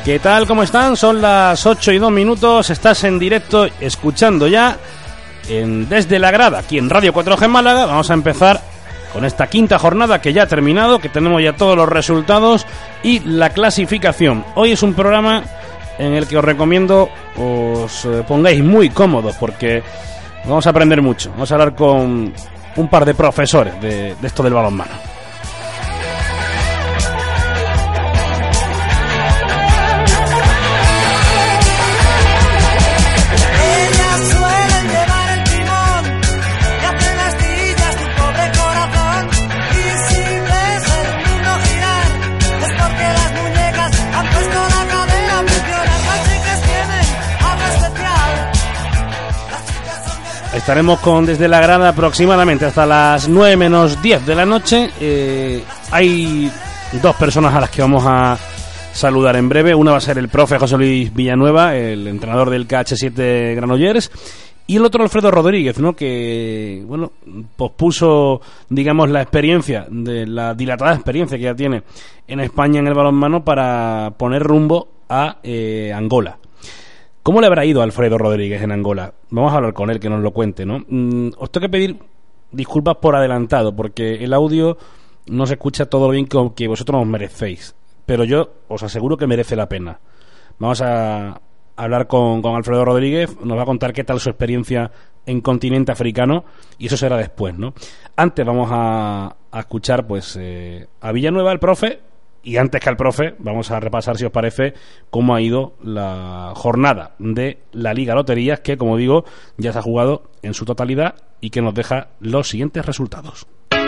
¿Qué tal? ¿Cómo están? Son las 8:02. Estás en directo escuchando ya Desde la Grada, aquí en Radio 4G Málaga. Vamos a empezar con esta quinta jornada que ya ha terminado, que tenemos ya todos los resultados y la clasificación. Hoy es un programa en el que os recomiendo os pongáis muy cómodos porque vamos a aprender mucho. Vamos a hablar con un par de profesores de esto del balonmano. Estaremos con Desde la Grada aproximadamente hasta las 9 menos 10 de la noche. Hay dos personas a las que vamos a saludar en breve. Una va a ser el profe José Luis Villanueva, el entrenador del KH7 Granollers, y el otro Alfredo Rodríguez, ¿no? Que, bueno, pospuso, digamos, la experiencia, de la dilatada experiencia que ya tiene en España en el balonmano para poner rumbo a Angola. ¿Cómo le habrá ido a Alfredo Rodríguez en Angola? Vamos a hablar con él, que nos lo cuente, ¿no? Os tengo que pedir disculpas por adelantado, porque el audio no se escucha todo bien que vosotros os merecéis, pero yo os aseguro que merece la pena. Vamos a hablar con Alfredo Rodríguez, nos va a contar qué tal su experiencia en continente africano, y eso será después, ¿no? Antes vamos a escuchar pues a Villanueva, el profe. Y antes que al profe, vamos a repasar, si os parece, cómo ha ido la jornada de la Liga Loterías, que, como digo, ya se ha jugado en su totalidad y que nos deja los siguientes resultados.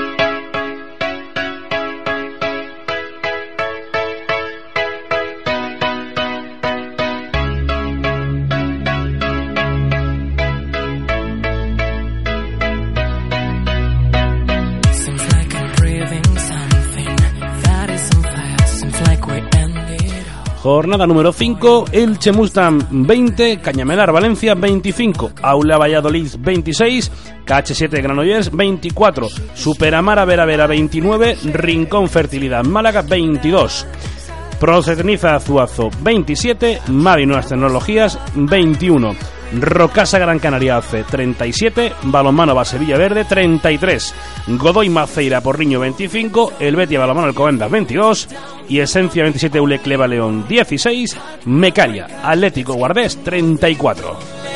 Jornada número 5, Elche Mustang 20, Cañamelar Valencia 25, Aula Valladolid 26, KH7 Granollers 24, Superamara Vera Vera 29, Rincón Fertilidad Málaga 22, Proceteniza Azuazo 27, Mavi Nuevas Tecnologías 21, Rocasa Gran Canaria AC 37, Balonmano Base Villaverde 33, Godoy Maceira Porriño 25, El Betia Balonmano Alcobendas 22 y Esencia 27 Ule Cleva León 16, Mecaria Atlético Guardés 34.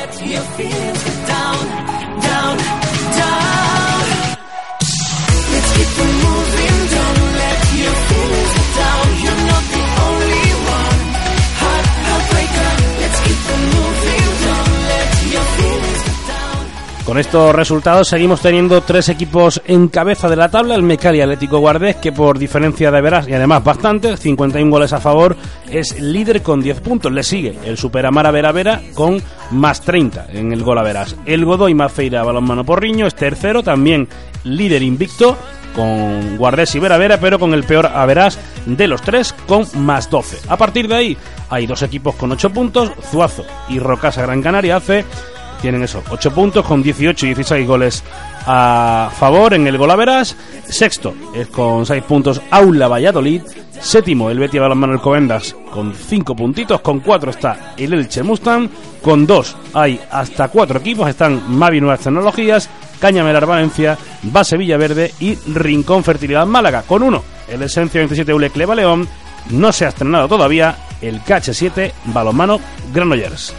Con estos resultados seguimos teniendo tres equipos en cabeza de la tabla. El Mecaria Atlético Guardés, que por diferencia de veras y además bastante, 51 goles a favor, es líder con 10 puntos. Le sigue el Superamara Vera Vera con más 30 en el gol a veras. El Godoy Maceira Balonmano Porriño es tercero, también líder invicto con Guardés y Vera Vera, pero con el peor averás de los tres, con más 12. A partir de ahí hay dos equipos con 8 puntos, Zuazo y Rocasa Gran Canaria AC. Tienen eso, 8 puntos con 18 y 16 goles a favor en el golaveras. Sexto es con 6 puntos Aula Valladolid. Séptimo el Betia Balonmano Alcobendas con 5 puntitos. Con 4 está el Elche Mustang. Con 2 hay hasta 4 equipos. Están Mavi Nuevas Tecnologías, Cañamelar Valencia, Base Villaverde y Rincón Fertilidad Málaga. Con 1 el Esencia 27 Ule Cleva León. No se ha estrenado todavía el KH7 Balonmano Granollers.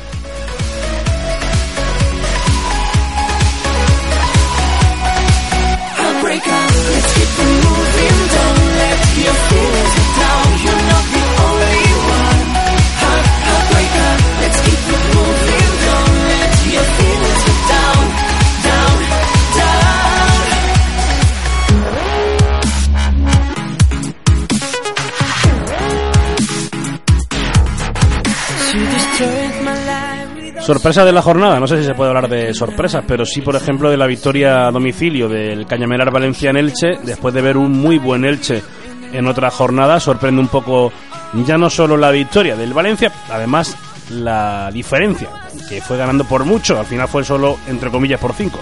Sorpresa de la jornada, no sé si se puede hablar de sorpresas, pero sí, por ejemplo, de la victoria a domicilio del Cañamelar Valencia en Elche, después de ver un muy buen Elche en otra jornada. Sorprende un poco ya no solo la victoria del Valencia, además la diferencia, que fue ganando por mucho, al final fue solo, entre comillas, por 5.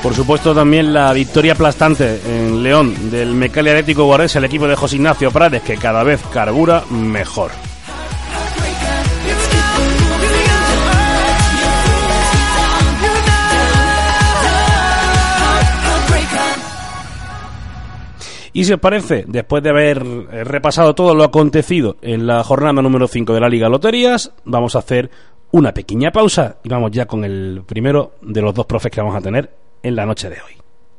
Por supuesto, también la victoria aplastante en León del Mecalia Atlético Guardés, el equipo de José Ignacio Prades, que cada vez carbura mejor. Y si os parece, después de haber repasado todo lo acontecido en la jornada número 5 de la Liga Loterías, vamos a hacer una pequeña pausa y vamos ya con el primero de los dos profes que vamos a tener en la noche de hoy.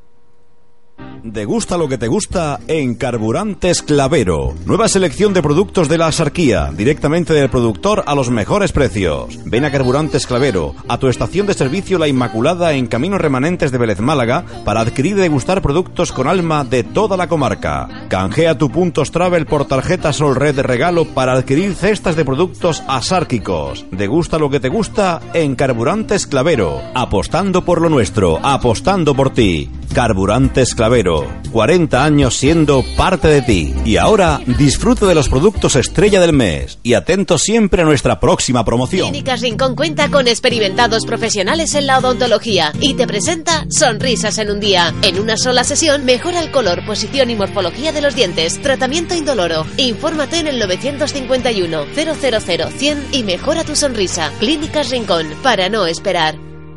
Degusta lo que te gusta en Carburantes Clavero. Nueva selección de productos de la Axarquía, directamente del productor a los mejores precios. Ven a Carburantes Clavero, a tu estación de servicio La Inmaculada en Caminos Remanentes de Vélez Málaga, para adquirir y degustar productos con alma de toda la comarca. Canjea tu Puntos Travel por tarjeta Sol Red de regalo para adquirir cestas de productos asárquicos. Degusta lo que te gusta en Carburantes Clavero. Apostando por lo nuestro, apostando por ti. Carburantes Clavero, 40 años siendo parte de ti. Y ahora disfruta de los productos estrella del mes. Y atento siempre a nuestra próxima promoción. Clínicas Rincón cuenta con experimentados profesionales en la odontología y te presenta Sonrisas en un día. En una sola sesión mejora el color, posición y morfología de los dientes. Tratamiento indoloro. Infórmate en el 951 000 100 y mejora tu sonrisa. Clínicas Rincón, para no esperar.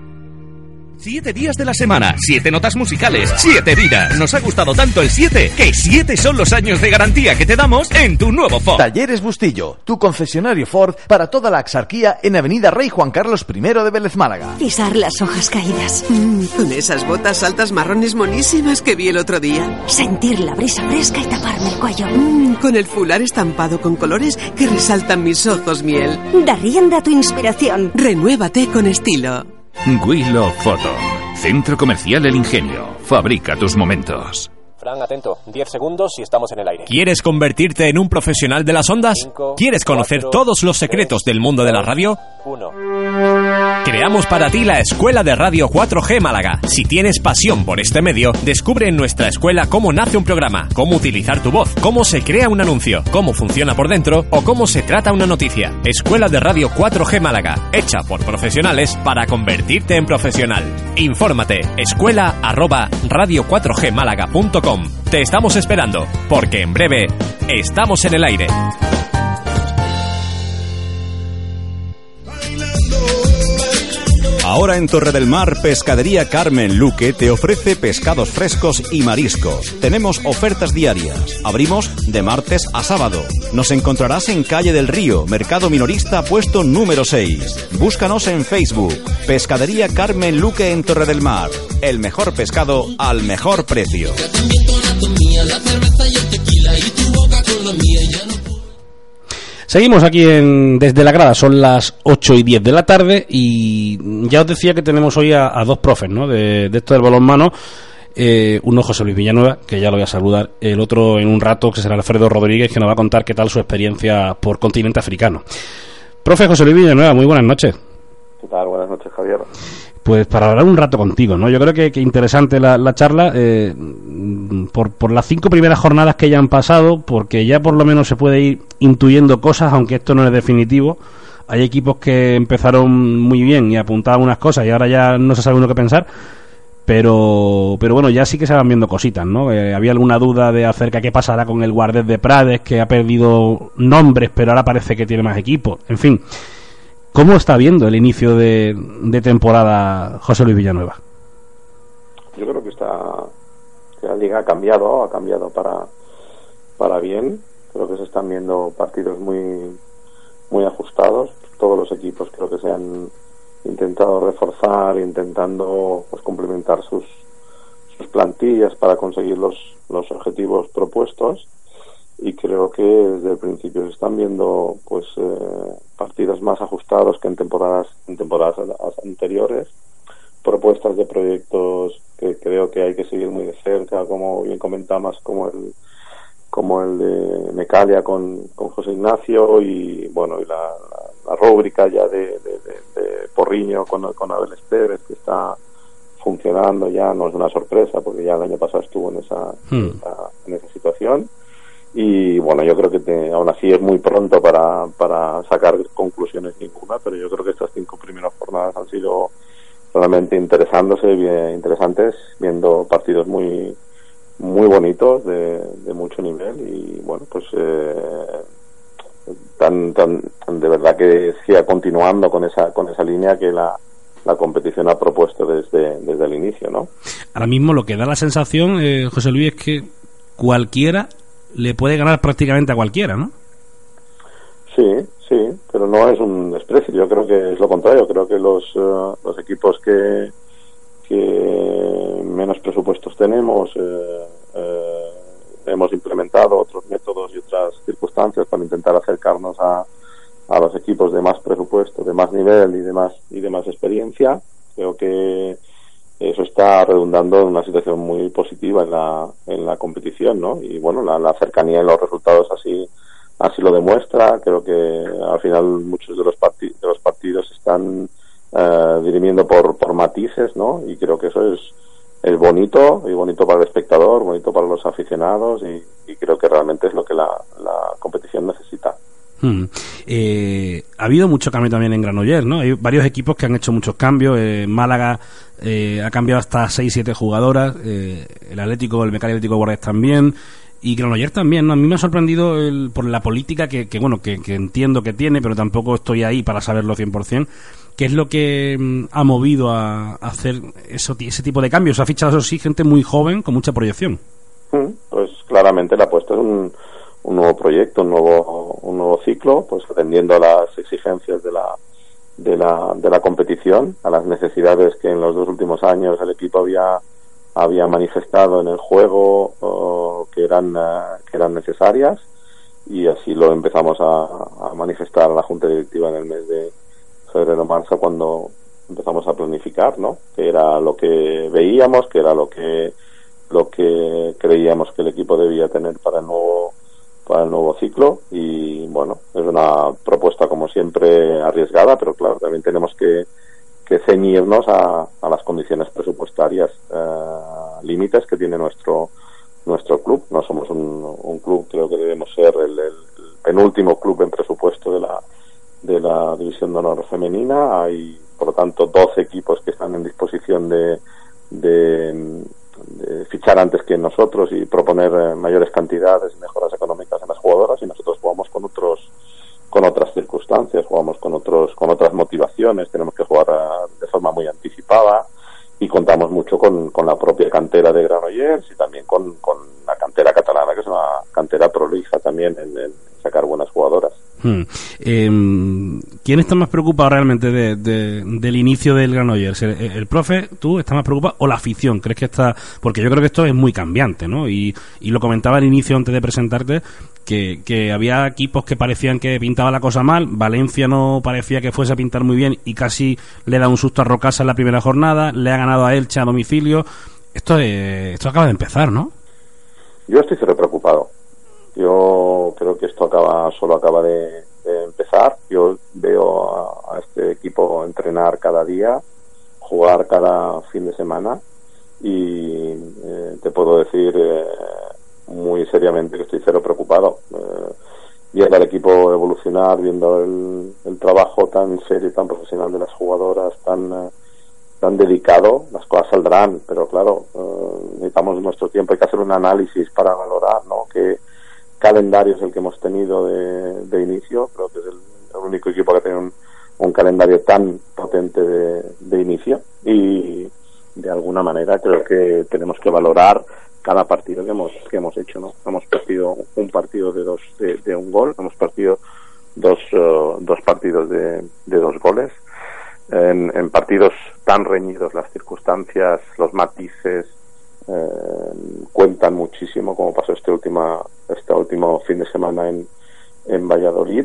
7 días de la semana, 7 notas musicales, 7 vidas. Nos ha gustado tanto el 7 que 7 son los años de garantía que te damos en tu nuevo Ford. Talleres Bustillo, tu concesionario Ford para toda la Axarquía en Avenida Rey Juan Carlos I de Vélez Málaga. Pisar las hojas caídas. Con esas botas altas marrones monísimas que vi el otro día. Sentir la brisa fresca y taparme el cuello. Con el fular estampado con colores que resaltan mis ojos miel. Da rienda a tu inspiración. Renuévate con estilo. Willow Photo, Centro Comercial El Ingenio. Fabrica tus momentos. Fran, atento, 10 segundos y estamos en el aire. ¿Quieres convertirte en un profesional de las ondas? 5, ¿Quieres conocer 4, todos los secretos 3, del mundo de la radio? 1. Creamos para ti la Escuela de Radio 4G Málaga. Si tienes pasión por este medio, descubre en nuestra escuela cómo nace un programa, cómo utilizar tu voz, cómo se crea un anuncio, cómo funciona por dentro o cómo se trata una noticia. Escuela de Radio 4G Málaga, hecha por profesionales para convertirte en profesional. Infórmate, escuela@radio4gmálaga.com. Te estamos esperando, porque en breve estamos en el aire. Ahora en Torre del Mar, Pescadería Carmen Luque te ofrece pescados frescos y mariscos. Tenemos ofertas diarias. Abrimos de martes a sábado. Nos encontrarás en Calle del Río, Mercado Minorista, puesto número 6. Búscanos en Facebook. Pescadería Carmen Luque en Torre del Mar. El mejor pescado al mejor precio. Seguimos aquí desde la grada, son las 8:10 de la tarde y ya os decía que tenemos hoy a dos profes, ¿no? de esto del balonmano. Uno José Luis Villanueva, que ya lo voy a saludar, el otro en un rato, que será Alfredo Rodríguez, que nos va a contar qué tal su experiencia por continente africano. Profe José Luis Villanueva, muy buenas noches. ¿Qué tal? Buenas noches, Javier. Pues para hablar un rato contigo, ¿no? Yo creo que interesante la charla, por las 5 primeras jornadas que ya han pasado, porque ya por lo menos se puede ir intuyendo cosas, aunque esto no es definitivo. Hay equipos que empezaron muy bien y apuntaban unas cosas y ahora ya no se sabe uno qué pensar, pero bueno, ya sí que se van viendo cositas, ¿no? Había alguna duda de acerca de qué pasará con el Guardés de Prades, que ha perdido nombres, pero ahora parece que tiene más equipos, en fin. ¿Cómo está viendo el inicio de temporada José Luis Villanueva? Yo creo que la liga ha cambiado para bien. Creo que se están viendo partidos muy ajustados. Todos los equipos creo que se han intentado reforzar, intentando pues complementar sus plantillas para conseguir los objetivos propuestos. Y creo que desde el principio se están viendo pues partidos más ajustados que en temporadas anteriores, propuestas de proyectos que creo que hay que seguir muy de cerca, como bien comentabas, como el de Mecalia con José Ignacio, y bueno, y la rúbrica ya de Porriño con Abel Esteves, que está funcionando. Ya no es una sorpresa porque ya el año pasado estuvo en esa situación. Y bueno, yo creo que aún así es muy pronto para sacar conclusiones ninguna, pero yo creo que estas 5 primeras jornadas han sido realmente interesantes, viendo partidos muy muy bonitos, de mucho nivel, y bueno, pues tan de verdad que siga continuando con esa línea que la competición ha propuesto desde el inicio, ¿no? Ahora mismo lo que da la sensación, José Luis, es que cualquiera le puede ganar prácticamente a cualquiera, ¿no? Sí, pero no es un desprecio. Yo creo que es lo contrario. Creo que los equipos que menos presupuestos tenemos, hemos implementado otros métodos y otras circunstancias para intentar acercarnos a los equipos de más presupuesto, de más nivel y de más experiencia. Creo que eso está redundando en una situación muy positiva en la competición, ¿no? Y bueno, la cercanía en los resultados así lo demuestra. Creo que al final muchos de los partidos están dirimiendo por matices, ¿no? Y creo que eso es bonito, y bonito para el espectador, bonito para los aficionados, y creo que realmente es lo que la competición necesita. Ha habido mucho cambio también en Granollers, ¿no? Hay varios equipos que han hecho muchos cambios. Málaga ha cambiado hasta 6-7 jugadoras, el Becaria Atlético Guardés también, y Granollers también, ¿no? A mí me ha sorprendido por la política que entiendo que tiene, pero tampoco estoy ahí para saberlo 100%. ¿Qué es lo que ha movido a hacer ese tipo de cambios? Ha fichado, eso sí, gente muy joven con mucha proyección. Pues claramente la apuesta es un nuevo proyecto, un nuevo ciclo, pues atendiendo a las exigencias de la competición, a las necesidades que en los 2 últimos años el equipo había manifestado en el juego, que eran necesarias, y así lo empezamos a manifestar a la Junta Directiva en el mes de febrero-marzo, cuando empezamos a planificar, ¿no? Que era lo que veíamos, que era lo que creíamos que el equipo debía tener para el nuevo ciclo. Y bueno, es una propuesta como siempre arriesgada, pero claro, también tenemos que ceñirnos a las condiciones presupuestarias límites que tiene nuestro club. No somos un club, creo que debemos ser el penúltimo club en presupuesto de la División de Honor femenina. Hay, por lo tanto, 12 equipos que están en disposición de fichar antes que nosotros y proponer mayores cantidades y mejoras económicas en las jugadoras, y nosotros jugamos con otras circunstancias, jugamos con otras motivaciones. Tenemos que jugar de forma muy anticipada, y contamos mucho con la propia cantera de Granollers y también con la cantera catalana, que es una cantera prolija también en sacar buenas jugadoras. ¿Quién está más preocupado realmente del inicio del Granollers? ¿El profe, tú, estás más preocupado, o la afición? ¿Crees que está...? Porque yo creo que esto es muy cambiante, ¿no? Y lo comentaba al inicio, antes de presentarte, que había equipos que parecían que pintaba la cosa mal. Valencia no parecía que fuese a pintar muy bien y casi le da un susto a Rocasa en la primera jornada, le ha ganado a Elche a domicilio. Esto acaba de empezar, ¿no? Yo estoy cero preocupado. Yo creo que esto solo acaba de empezar. Yo veo a este equipo entrenar cada día, jugar cada fin de semana, y te puedo decir muy seriamente que estoy cero preocupado. Viendo al equipo evolucionar, viendo el trabajo tan serio y tan profesional de las jugadoras, tan dedicado, las cosas saldrán, pero claro, necesitamos nuestro tiempo. Hay que hacer un análisis para valorar, ¿no?, qué calendario es el que hemos tenido de inicio. Creo que es el único equipo que tiene un calendario tan potente de inicio, y de alguna manera creo que tenemos que valorar cada partido que hemos hecho, ¿no? Hemos partido un partido de un gol, hemos partido dos partidos de 2 goles. En partidos tan reñidos, las circunstancias, los matices cuentan muchísimo, como pasó este último fin de semana en Valladolid,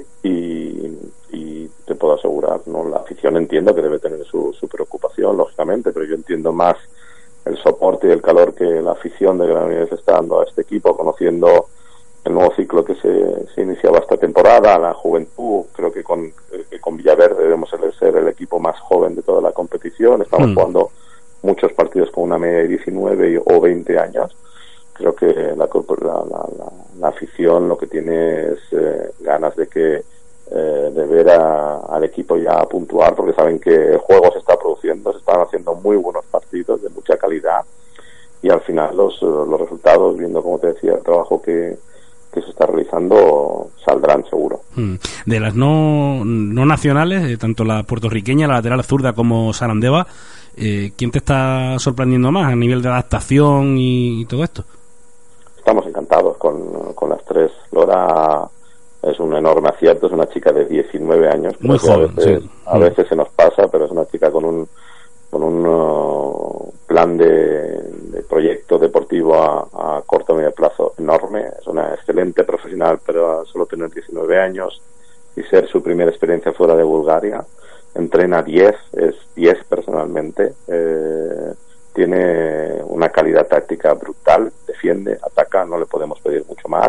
y te puedo asegurar, ¿no?, la afición entiendo que debe tener su preocupación, lógicamente, pero yo entiendo más el soporte y el calor que la afición de Granollers está dando a este equipo, conociendo el nuevo ciclo que se iniciaba esta temporada, la juventud. Creo que con Villaverde debemos ser el equipo más joven de toda la competición. Estamos jugando muchos partidos con una media de 19 o 20 años. Creo que la afición lo que tiene es ganas de ver al equipo ya puntuar, porque saben que el juego se está produciendo, se está están haciendo muy buenos partidos de mucha calidad, y al final los resultados, viendo, como te decía, el trabajo que se está realizando, saldrán seguro. De las no nacionales, tanto la puertorriqueña, la lateral zurda, como Sarandeva, ¿quién te está sorprendiendo más a nivel de adaptación y todo esto? Estamos encantados con las tres. Lora es un enorme acierto, es una chica de 19 años. Muy joven, a veces se nos pasa, pero es una chica con un plan de proyecto deportivo a corto o medio plazo enorme. Es una excelente profesional, pero solo tener 19 años y ser su primera experiencia fuera de Bulgaria. Entrena 10, es 10 personalmente. Tiene una calidad táctica brutal, defiende, ataca, no le podemos pedir mucho más.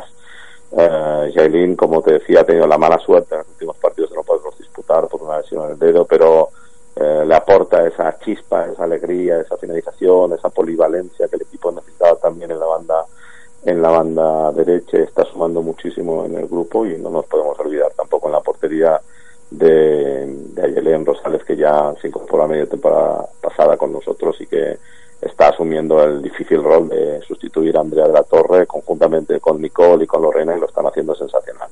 Yailin, como te decía, ha tenido la mala suerte en los últimos partidos de no poderlos disputar por una lesión en el dedo, pero le aporta esa chispa, esa alegría, esa finalización, esa polivalencia que el equipo necesitaba también en la banda derecha. Está sumando muchísimo en el grupo, y no nos podemos olvidar tampoco en la portería de Ayelen Rosales, que ya se incorporó a media temporada pasada con nosotros y que está asumiendo el difícil rol de sustituir a Andrea de la Torre conjuntamente con Nicole y con Lorena, y lo están haciendo sensacional.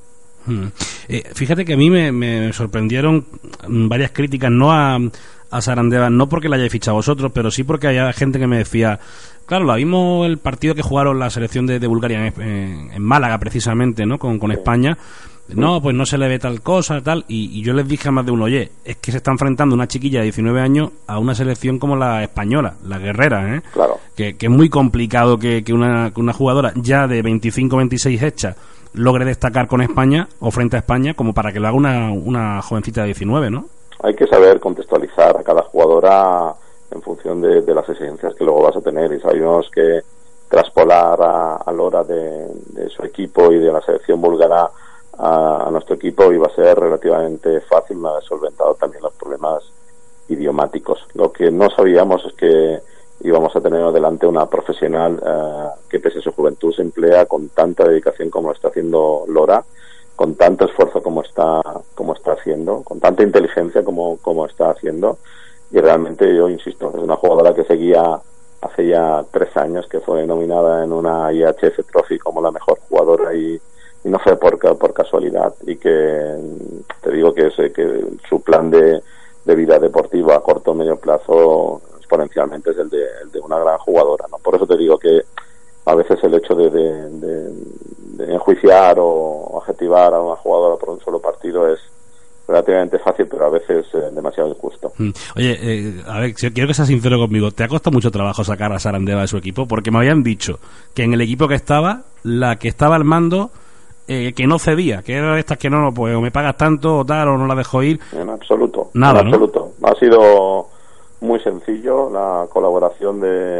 Fíjate que a mí me sorprendieron varias críticas, no a Sarandeva, no porque la hayáis fichado vosotros, pero sí porque había gente que me decía, claro, la vimos el partido que jugaron la selección de Bulgaria en Málaga precisamente, ¿no? Con España. No, pues no se le ve tal cosa, tal, y yo les dije a más de uno, oye, es que se está enfrentando una chiquilla de 19 años a una selección como la española, la guerrera, Claro. Que es muy complicado que una jugadora ya de 25, 26 hechas logre destacar con España o frente a España, como para que lo haga una jovencita de 19, ¿no? Hay que saber contextualizar a cada jugadora en función de las exigencias que luego vas a tener, y sabemos que traspolar a Lora de su equipo y de la selección búlgara a nuestro equipo iba a ser relativamente fácil, una vez solventado también los problemas idiomáticos. Lo que no sabíamos es que íbamos a tener adelante una profesional que, pese a su juventud, se emplea con tanta dedicación como lo está haciendo Lora, con tanto esfuerzo como está haciendo, con tanta inteligencia como está haciendo, y realmente, yo insisto, es una jugadora que seguía hace ya 3 años, que fue nominada en una IHF Trophy como la mejor jugadora, y no fue por casualidad, y que te digo que su plan de vida deportiva a corto o medio plazo exponencialmente es el de una gran jugadora, ¿no? Por eso te digo que a veces el hecho de enjuiciar o adjetivar a una jugadora por un solo partido es relativamente fácil, pero a veces demasiado injusto. Oye, a ver, quiero que seas sincero conmigo. ¿Te ha costado mucho trabajo sacar a Sarandeva de su equipo? Porque me habían dicho que en el equipo que estaba, la que estaba al mando, que no cedía, que era de estas que no, pues o me pagas tanto o tal, o no la dejo ir. En absoluto. Nada, en absoluto. Ha sido muy sencillo. La colaboración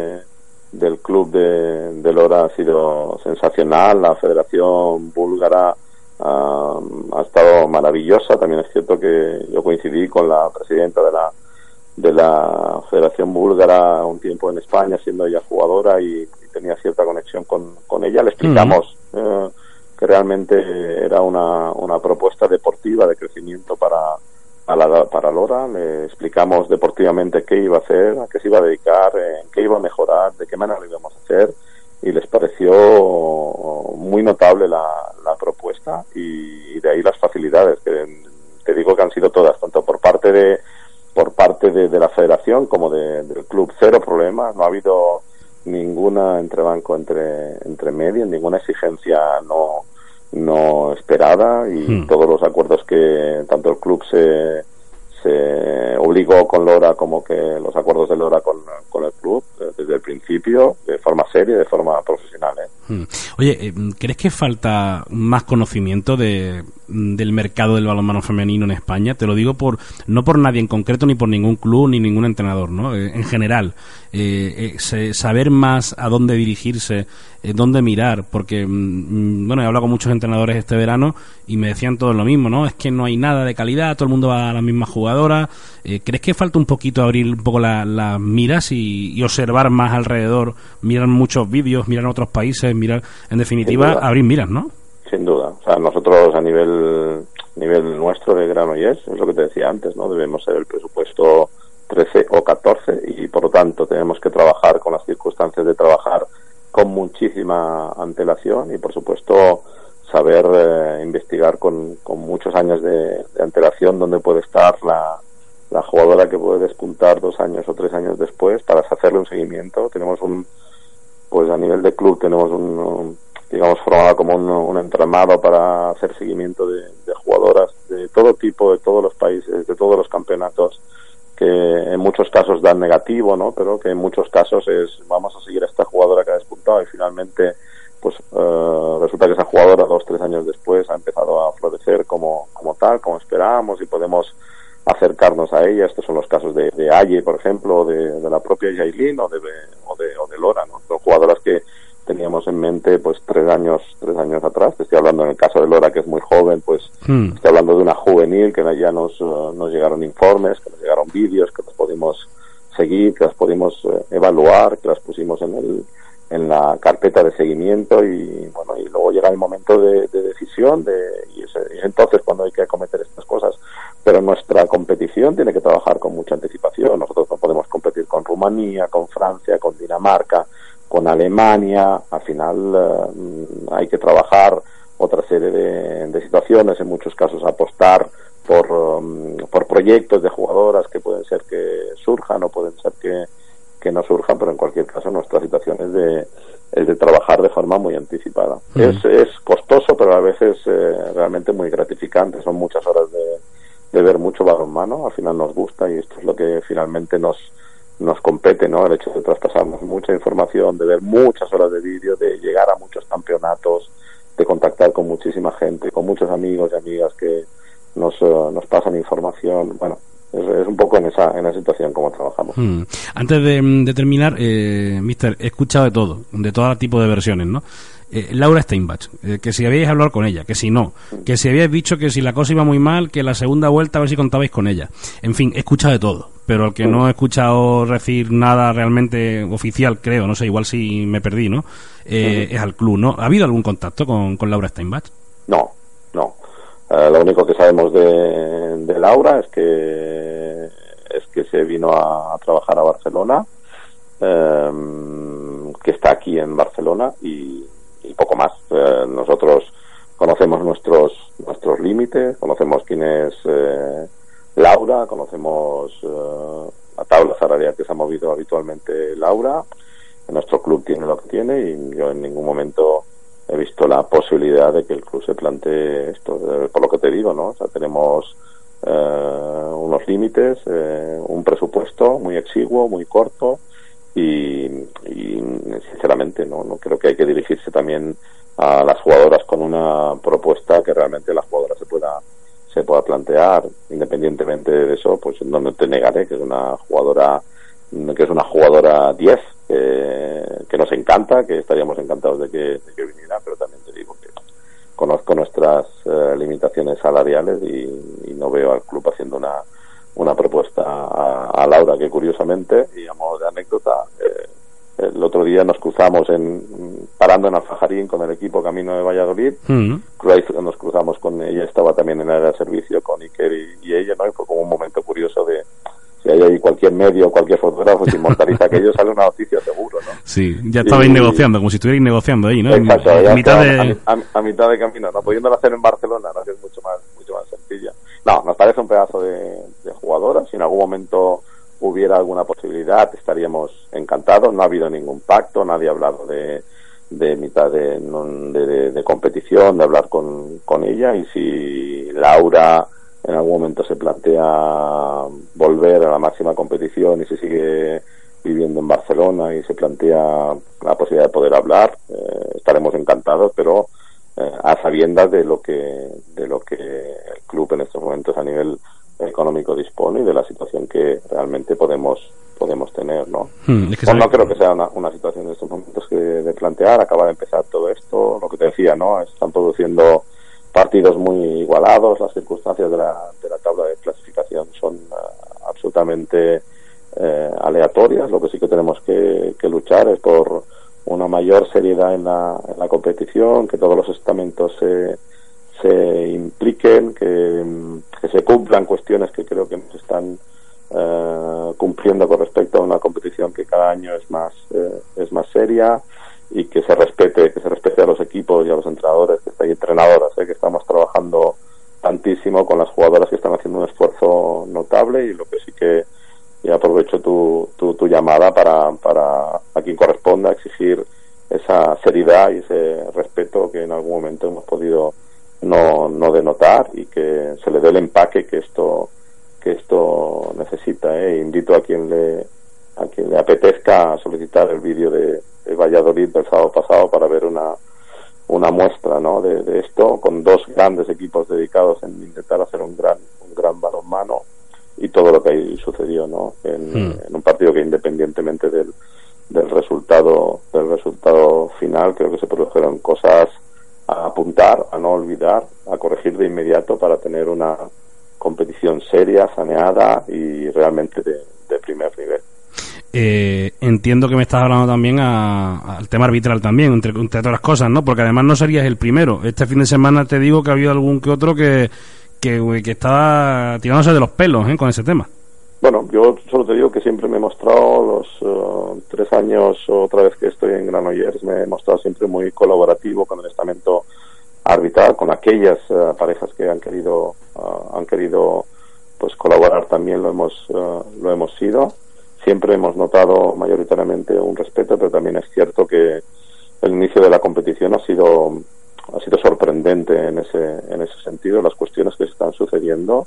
del club de Lora ha sido sensacional. La Federación Búlgara ha estado maravillosa. También es cierto que yo coincidí con la presidenta de la Federación Búlgara un tiempo en España, siendo ella jugadora, y tenía cierta conexión con ella. Le explicamos que realmente era una propuesta deportiva de crecimiento para Lora. Le explicamos deportivamente qué iba a hacer, a qué se iba a dedicar, en qué iba a mejorar, de qué manera lo íbamos a hacer, y les pareció muy notable la propuesta, y de ahí las facilidades, que te digo que han sido todas, tanto por parte de la federación como del club. Cero problemas, no ha habido ninguna entrebanco entre medios, ninguna exigencia no esperada, y todos los acuerdos que tanto el club se obligó con Lora como que los acuerdos de Lora con el club desde el principio, de forma seria, de forma profesional. Oye, ¿crees que falta más conocimiento del mercado del balonmano femenino en España? Te lo digo no por nadie en concreto, ni por ningún club, ni ningún entrenador, ¿no? En general, saber más a dónde dirigirse, dónde mirar, porque, bueno, he hablado con muchos entrenadores este verano y me decían todos lo mismo, ¿no? Es que no hay nada de calidad, todo el mundo va a las mismas jugadoras. ¿Crees que falta un poquito abrir un poco las miras y observar más alrededor, mirar muchos vídeos, mirar otros países, mirar, en definitiva, abrir miras, ¿no? Sin duda. O sea, nosotros a nivel nuestro de Granollers, es lo que te decía antes, ¿no? Debemos ser el presupuesto 13 o 14, y por lo tanto tenemos que trabajar con las circunstancias de trabajar con muchísima antelación y, por supuesto, saber investigar con muchos años de antelación dónde puede estar la jugadora que puede despuntar 2 años o 3 años después, para hacerle un seguimiento. Tenemos pues a nivel de club tenemos digamos, formado como un entramado para hacer seguimiento de jugadoras de todo tipo, de todos los países, de todos los campeonatos, que en muchos casos dan negativo, ¿no? Pero que en muchos casos vamos a seguir a esta jugadora que ha despuntado, y finalmente pues resulta que esa jugadora 2-3 años después ha empezado a florecer como tal, como esperábamos, y podemos acercarnos a ella. Estos son los casos de Aye, por ejemplo, o de la propia Yailin o de Lora, ¿no? Son jugadoras que teníamos en mente pues 3 años atrás. Te estoy hablando en el caso de Lora, que es muy joven, pues estoy hablando de una juvenil que ya nos llegaron informes, que nos llegaron vídeos, que los pudimos seguir, que las pudimos evaluar, que las pusimos en la carpeta de seguimiento, y bueno, y luego llega el momento de decisión, y es entonces cuando hay que acometer estas cosas. Pero nuestra competición tiene que trabajar con mucha anticipación. Nosotros no podemos competir con Rumanía, con Francia, con Dinamarca, con Alemania. Al final hay que trabajar otra serie de situaciones, en muchos casos apostar por proyectos de jugadoras que pueden ser que surjan o pueden ser que no surjan, pero en cualquier caso nuestra situación es de trabajar de forma muy anticipada. Es costoso, pero a veces realmente muy gratificante. Son muchas horas de ver mucho balonmano. Al final nos gusta, y esto es lo que finalmente nos compete, ¿no? El hecho de traspasarnos mucha información, de ver muchas horas de vídeo, de llegar a muchos campeonatos, de contactar con muchísima gente, con muchos amigos y amigas que nos pasan información. Bueno, es un poco en esa situación como trabajamos. Antes de terminar, mister, he escuchado de todo tipo de versiones, ¿no? Laura Steinbach, que si habíais hablado con ella, que si no, que si habíais dicho que si la cosa iba muy mal, que la segunda vuelta a ver si contabais con ella. En fin, he escuchado de todo, pero el que no he escuchado decir nada realmente oficial, creo, no sé, igual si me perdí, ¿no? Es al club, ¿no? ¿Ha habido algún contacto con Laura Steinbach? No. Lo único que sabemos de Laura es que se vino a trabajar a Barcelona, que está aquí en Barcelona, y poco más. Nosotros conocemos nuestros límites, conocemos quién es Laura, conocemos la tabla salarial que se ha movido habitualmente Laura. Nuestro club tiene lo que tiene, y yo en ningún momento he visto la posibilidad de que el club se plantee esto, por lo que te digo, ¿no? O sea, tenemos unos límites, un presupuesto muy exiguo, muy corto, y sinceramente no creo que hay que dirigirse también a las jugadoras con una propuesta que realmente la jugadora se pueda plantear. Independientemente de eso, pues no te negaré que es una jugadora 10, que nos encanta, que estaríamos encantados de que viniera, pero también te digo que conozco nuestras limitaciones salariales, y no veo al club haciendo una propuesta a Laura, que curiosamente, y a modo de anécdota, el otro día nos cruzamos parando en Alfajarín con el equipo camino de Valladolid. Nos cruzamos con ella, estaba también en el área de servicio con Iker y ella, ¿no? Y fue como un momento curioso de si hay ahí cualquier medio, cualquier fotógrafo se inmortaliza aquello, sale una noticia seguro, ¿no? Sí, ya estabais negociando, como si estuvierais negociando ahí, ¿no? Exacto, a mitad de camino, no pudiéndolo hacer en Barcelona, ¿no? Que es mucho más sencilla. No, nos parece un pedazo de jugadora. Si en algún momento hubiera alguna posibilidad, estaríamos encantados. No ha habido ningún pacto, nadie ha hablado de mitad de competición, de hablar con ella, y si Laura en algún momento se plantea volver a la máxima competición y se sigue viviendo en Barcelona y se plantea la posibilidad de poder hablar, estaremos encantados, pero a sabiendas de lo que el club en estos momentos a nivel económico dispone, y de la situación que realmente podemos tener, ¿no? No creo que sea una situación en estos momentos de plantear. Acaba de empezar todo esto, lo que te decía, ¿no? Están produciendo partidos muy igualados, las circunstancias de la tabla de clasificación son absolutamente aleatorias. Lo que sí que tenemos que luchar es por una mayor seriedad en la competición, que todos los estamentos se impliquen, que se cumplan cuestiones que creo que nos están sufriendo con respecto a una competición que cada año es más seria, y que se respete a los equipos y a los entrenadores y entrenadoras, que estamos trabajando tantísimo con las jugadoras que están haciendo un esfuerzo notable, y lo que sí que, y aprovecho tu llamada para a quien corresponda exigir esa seriedad y ese respeto que en algún momento hemos podido no denotar, y que se le dé el empaque que esto necesita. Invito a quien le apetezca solicitar el vídeo de Valladolid del sábado pasado para ver una muestra, ¿no?, de esto, con dos grandes equipos dedicados en intentar hacer un gran balonmano, y todo lo que ahí sucedió, ¿no?, en un partido que, independientemente del resultado final, creo que se produjeron cosas a apuntar, a no olvidar, a corregir de inmediato para tener una competición seria, saneada y realmente de primer nivel. Entiendo que me estás hablando también al tema arbitral también, entre otras las cosas, ¿no? Porque además no serías el primero. Este fin de semana te digo que ha habido algún que otro que estaba tirándose de los pelos, con ese tema. Bueno, yo solo te digo que siempre me he mostrado, los 3 años otra vez que estoy en Granollers, me he mostrado siempre muy colaborativo con el estamento arbitral, con aquellas parejas que han querido pues colaborar también lo hemos sido. Siempre hemos notado mayoritariamente un respeto, pero también es cierto que el inicio de la competición ha sido sorprendente en ese sentido, las cuestiones que se están sucediendo,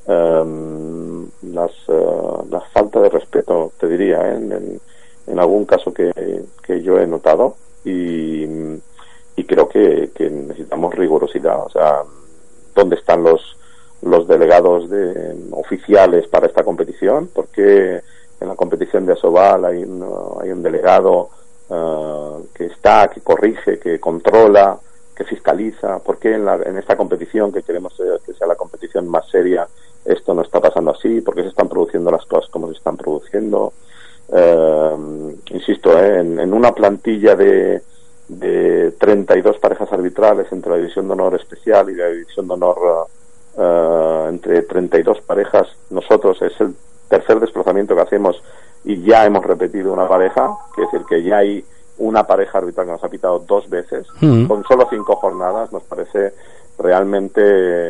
las falta de respeto, te diría, en algún caso que yo he notado, y creo que necesitamos rigurosidad. O sea, ¿dónde están los delegados oficiales para esta competición? Porque en la competición de Asobal hay un delegado que corrige, que controla, que fiscaliza. ¿Por qué en esta competición, que queremos que sea la competición más seria, esto no está pasando así? ¿Por qué se están produciendo las cosas como se están produciendo? Insisto, en una plantilla de 32 parejas arbitrales entre la división de honor especial y la división de honor, entre 32 parejas, nosotros es el tercer desplazamiento que hacemos y ya hemos repetido una pareja, que es decir, que ya hay una pareja arbitral que nos ha pitado 2 veces, con solo 5 jornadas. Nos parece realmente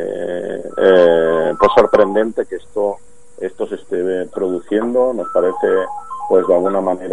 pues sorprendente que esto se esté produciendo. Nos parece, pues de alguna manera,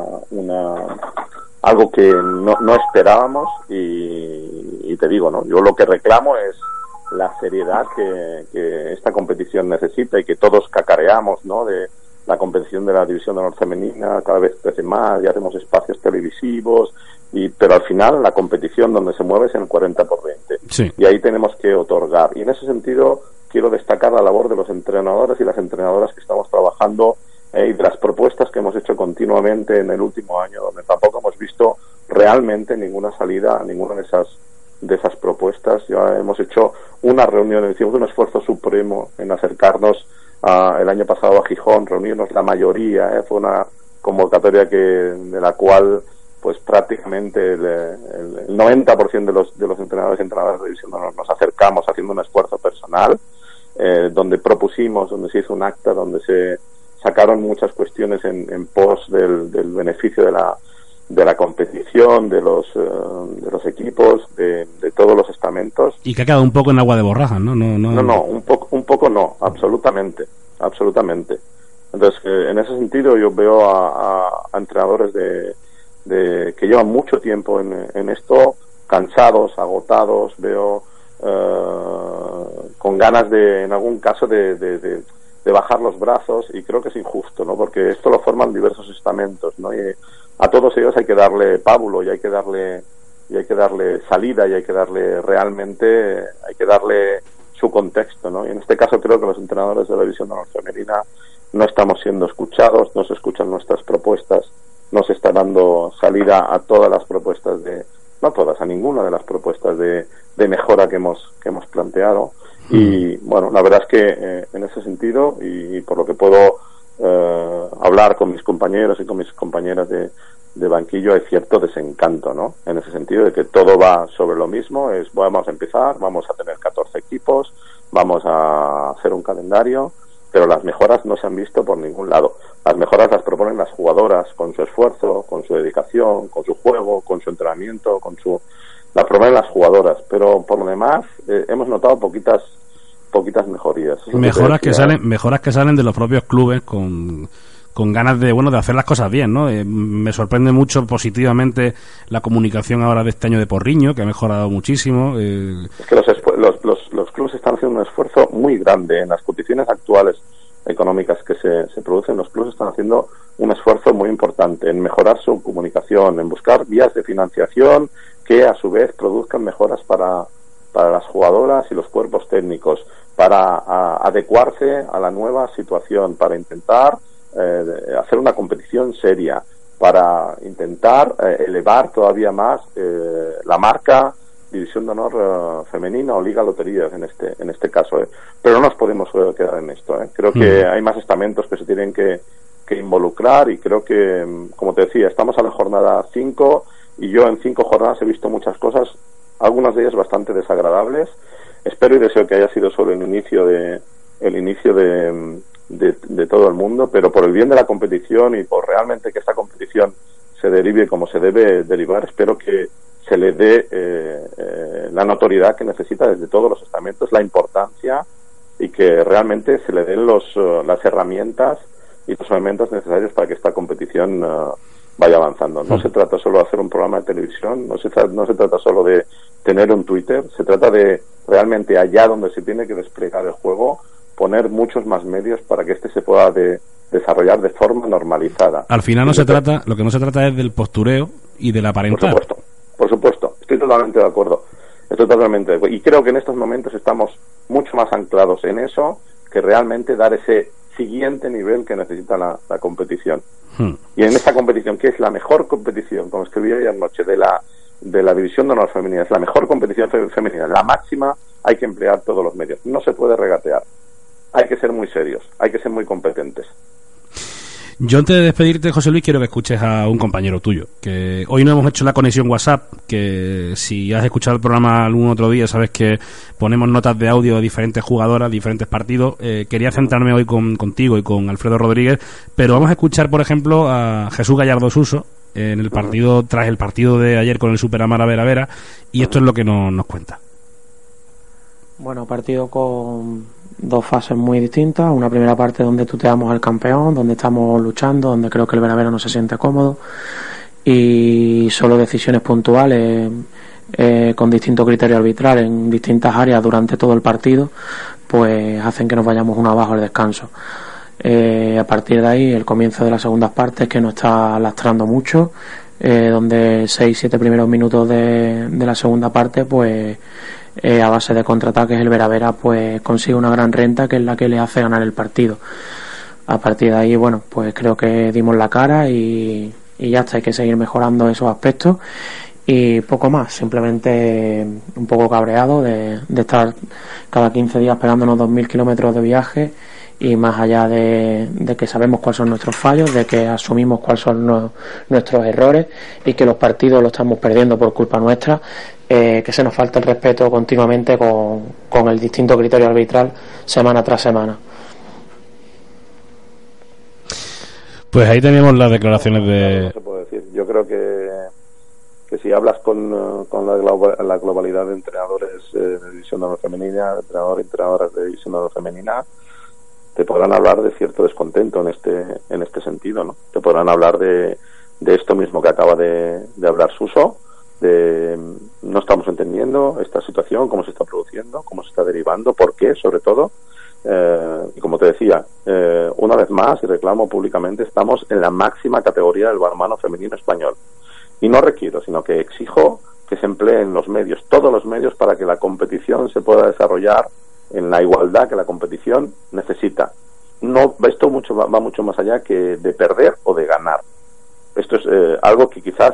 algo que no esperábamos, y te digo, ¿no?, yo lo que reclamo es la seriedad que esta competición necesita, y que todos cacareamos, ¿no?, de la competición de la división de honor femenina. Cada vez crece más y hacemos espacios televisivos, pero al final la competición donde se mueve es en el 40%, sí. Y ahí tenemos que otorgar, y en ese sentido quiero destacar la labor de los entrenadores y las entrenadoras que estamos trabajando, y de las propuestas que hemos hecho continuamente en el último año, donde tampoco hemos visto realmente ninguna salida a ninguna de esas propuestas. Ya hemos hecho una reunión, hicimos un esfuerzo supremo en acercarnos el año pasado a Gijón, reunirnos la mayoría, fue una convocatoria de la cual pues prácticamente el 90% de los entrenadores y entrenadoras de división nos acercamos haciendo un esfuerzo personal, donde propusimos, donde se hizo un acta, donde se sacaron muchas cuestiones en pos del beneficio de la competición, de los equipos, de todos los estamentos. Y que ha quedado un poco en agua de borrajas, ¿no? No, un poco no, absolutamente. Entonces, en ese sentido yo veo a entrenadores que llevan mucho tiempo en esto, cansados, agotados, veo con ganas en algún caso de bajar los brazos, y creo que es injusto, ¿no?, porque esto lo forman diversos estamentos, ¿no?, y a todos ellos hay que darle pábulo, y hay que darle salida, y hay que darle su contexto, ¿no? Y en este caso creo que los entrenadores de la división de honor femenina no estamos siendo escuchados, no se escuchan nuestras propuestas, no se está dando salida a todas las propuestas no todas, a ninguna de las propuestas de mejora que hemos planteado. Y bueno, la verdad es que en ese sentido, y por lo que puedo hablar con mis compañeros y con mis compañeras de banquillo, hay cierto desencanto, ¿no?, en ese sentido de que todo va sobre lo mismo. Vamos a empezar, vamos a tener 14 equipos, vamos a hacer un calendario, pero las mejoras no se han visto por ningún lado. Las mejoras las proponen las jugadoras con su esfuerzo, con su dedicación, con su juego, con su entrenamiento, las proponen las jugadoras, pero por lo demás hemos notado poquitas mejorías. Mejoras que salen de los propios clubes con ganas de hacer las cosas bien, ¿no? Me sorprende mucho positivamente la comunicación ahora de este año de Porriño, que ha mejorado muchísimo. Es que los clubes están haciendo un esfuerzo muy grande en las condiciones actuales económicas que se producen. Los clubes están haciendo un esfuerzo muy importante en mejorar su comunicación, en buscar vías de financiación que a su vez produzcan mejoras para las jugadoras y los cuerpos técnicos, para adecuarse a la nueva situación, para intentar hacer una competición seria, para intentar elevar todavía más la marca División de Honor femenina o Liga Loterías en este caso. Pero no nos podemos quedar en esto. Creo que hay más estamentos que se tienen que involucrar, y creo que, como te decía, estamos a la jornada 5 y yo en 5 jornadas he visto muchas cosas, algunas de ellas bastante desagradables. Espero y deseo que haya sido solo el inicio de todo el mundo, pero por el bien de la competición y por realmente que esta competición se derive como se debe derivar, espero que se le dé la notoriedad que necesita desde todos los estamentos, la importancia, y que realmente se le den las herramientas y los elementos necesarios para que esta competición vaya avanzando. No se trata solo de hacer un programa de televisión, no se trata solo de tener un Twitter, se trata de realmente allá donde se tiene que desplegar el juego, poner muchos más medios para que se pueda desarrollar de forma normalizada. Al final lo que no se trata es del postureo y del aparentar. Por supuesto, estoy totalmente de acuerdo. Y creo que en estos momentos estamos mucho más anclados en eso que realmente dar ese siguiente nivel que necesita la competición. Y en esta competición, que es la mejor competición, como escribí ayer anoche, de la División de Honor femenina, es la mejor competición femenina, la máxima, hay que emplear todos los medios. No se puede regatear. Hay que ser muy serios, hay que ser muy competentes. Yo, antes de despedirte, José Luis, quiero que escuches a un compañero tuyo, que hoy no hemos hecho la conexión WhatsApp, que si has escuchado el programa algún otro día sabes que ponemos notas de audio de diferentes jugadoras, diferentes partidos. Quería centrarme hoy contigo y con Alfredo Rodríguez, pero vamos a escuchar, por ejemplo, a Jesús Gallardo Suso en el partido, tras el partido de ayer con el Superamara Vera, y esto es lo que nos cuenta. Bueno, partido con dos fases muy distintas. Una primera parte donde tuteamos al campeón, donde estamos luchando, donde creo que el Veravera no se siente cómodo, y solo decisiones puntuales con distintos criterios arbitrales en distintas áreas durante todo el partido pues hacen que nos vayamos uno abajo al descanso. A partir de ahí, el comienzo de las segundas partes, que nos está lastrando mucho, donde 6-7 primeros minutos de la segunda parte, pues a base de contraataques el Veravera pues consigue una gran renta, que es la que le hace ganar el partido. A partir de ahí, bueno, pues creo que dimos la cara y ya está. Hay que seguir mejorando esos aspectos y poco más. Simplemente un poco cabreado de estar cada 15 días pegándonos 2.000 kilómetros de viaje, y más allá de que sabemos cuáles son nuestros fallos, de que asumimos cuáles son nuestros errores y que los partidos los estamos perdiendo por culpa nuestra, que se nos falta el respeto continuamente con el distinto criterio arbitral semana tras semana. Pues ahí tenemos las declaraciones de... No se puede decir. Yo creo que si hablas con la globalidad de entrenadores de División de Honor femenina, entrenadoras de División de Honor femenina, te podrán hablar de cierto descontento en este sentido, ¿no? Te podrán hablar de esto mismo que acaba de hablar Suso, de no estamos entendiendo esta situación, cómo se está produciendo, cómo se está derivando, por qué, sobre todo. Y como te decía, una vez más, y reclamo públicamente, estamos en la máxima categoría del balonmano femenino español. Y no requiero, sino que exijo que se empleen los medios, todos los medios, para que la competición se pueda desarrollar en la igualdad que la competición necesita. No, esto va mucho más allá que de perder o de ganar. Esto es algo que quizás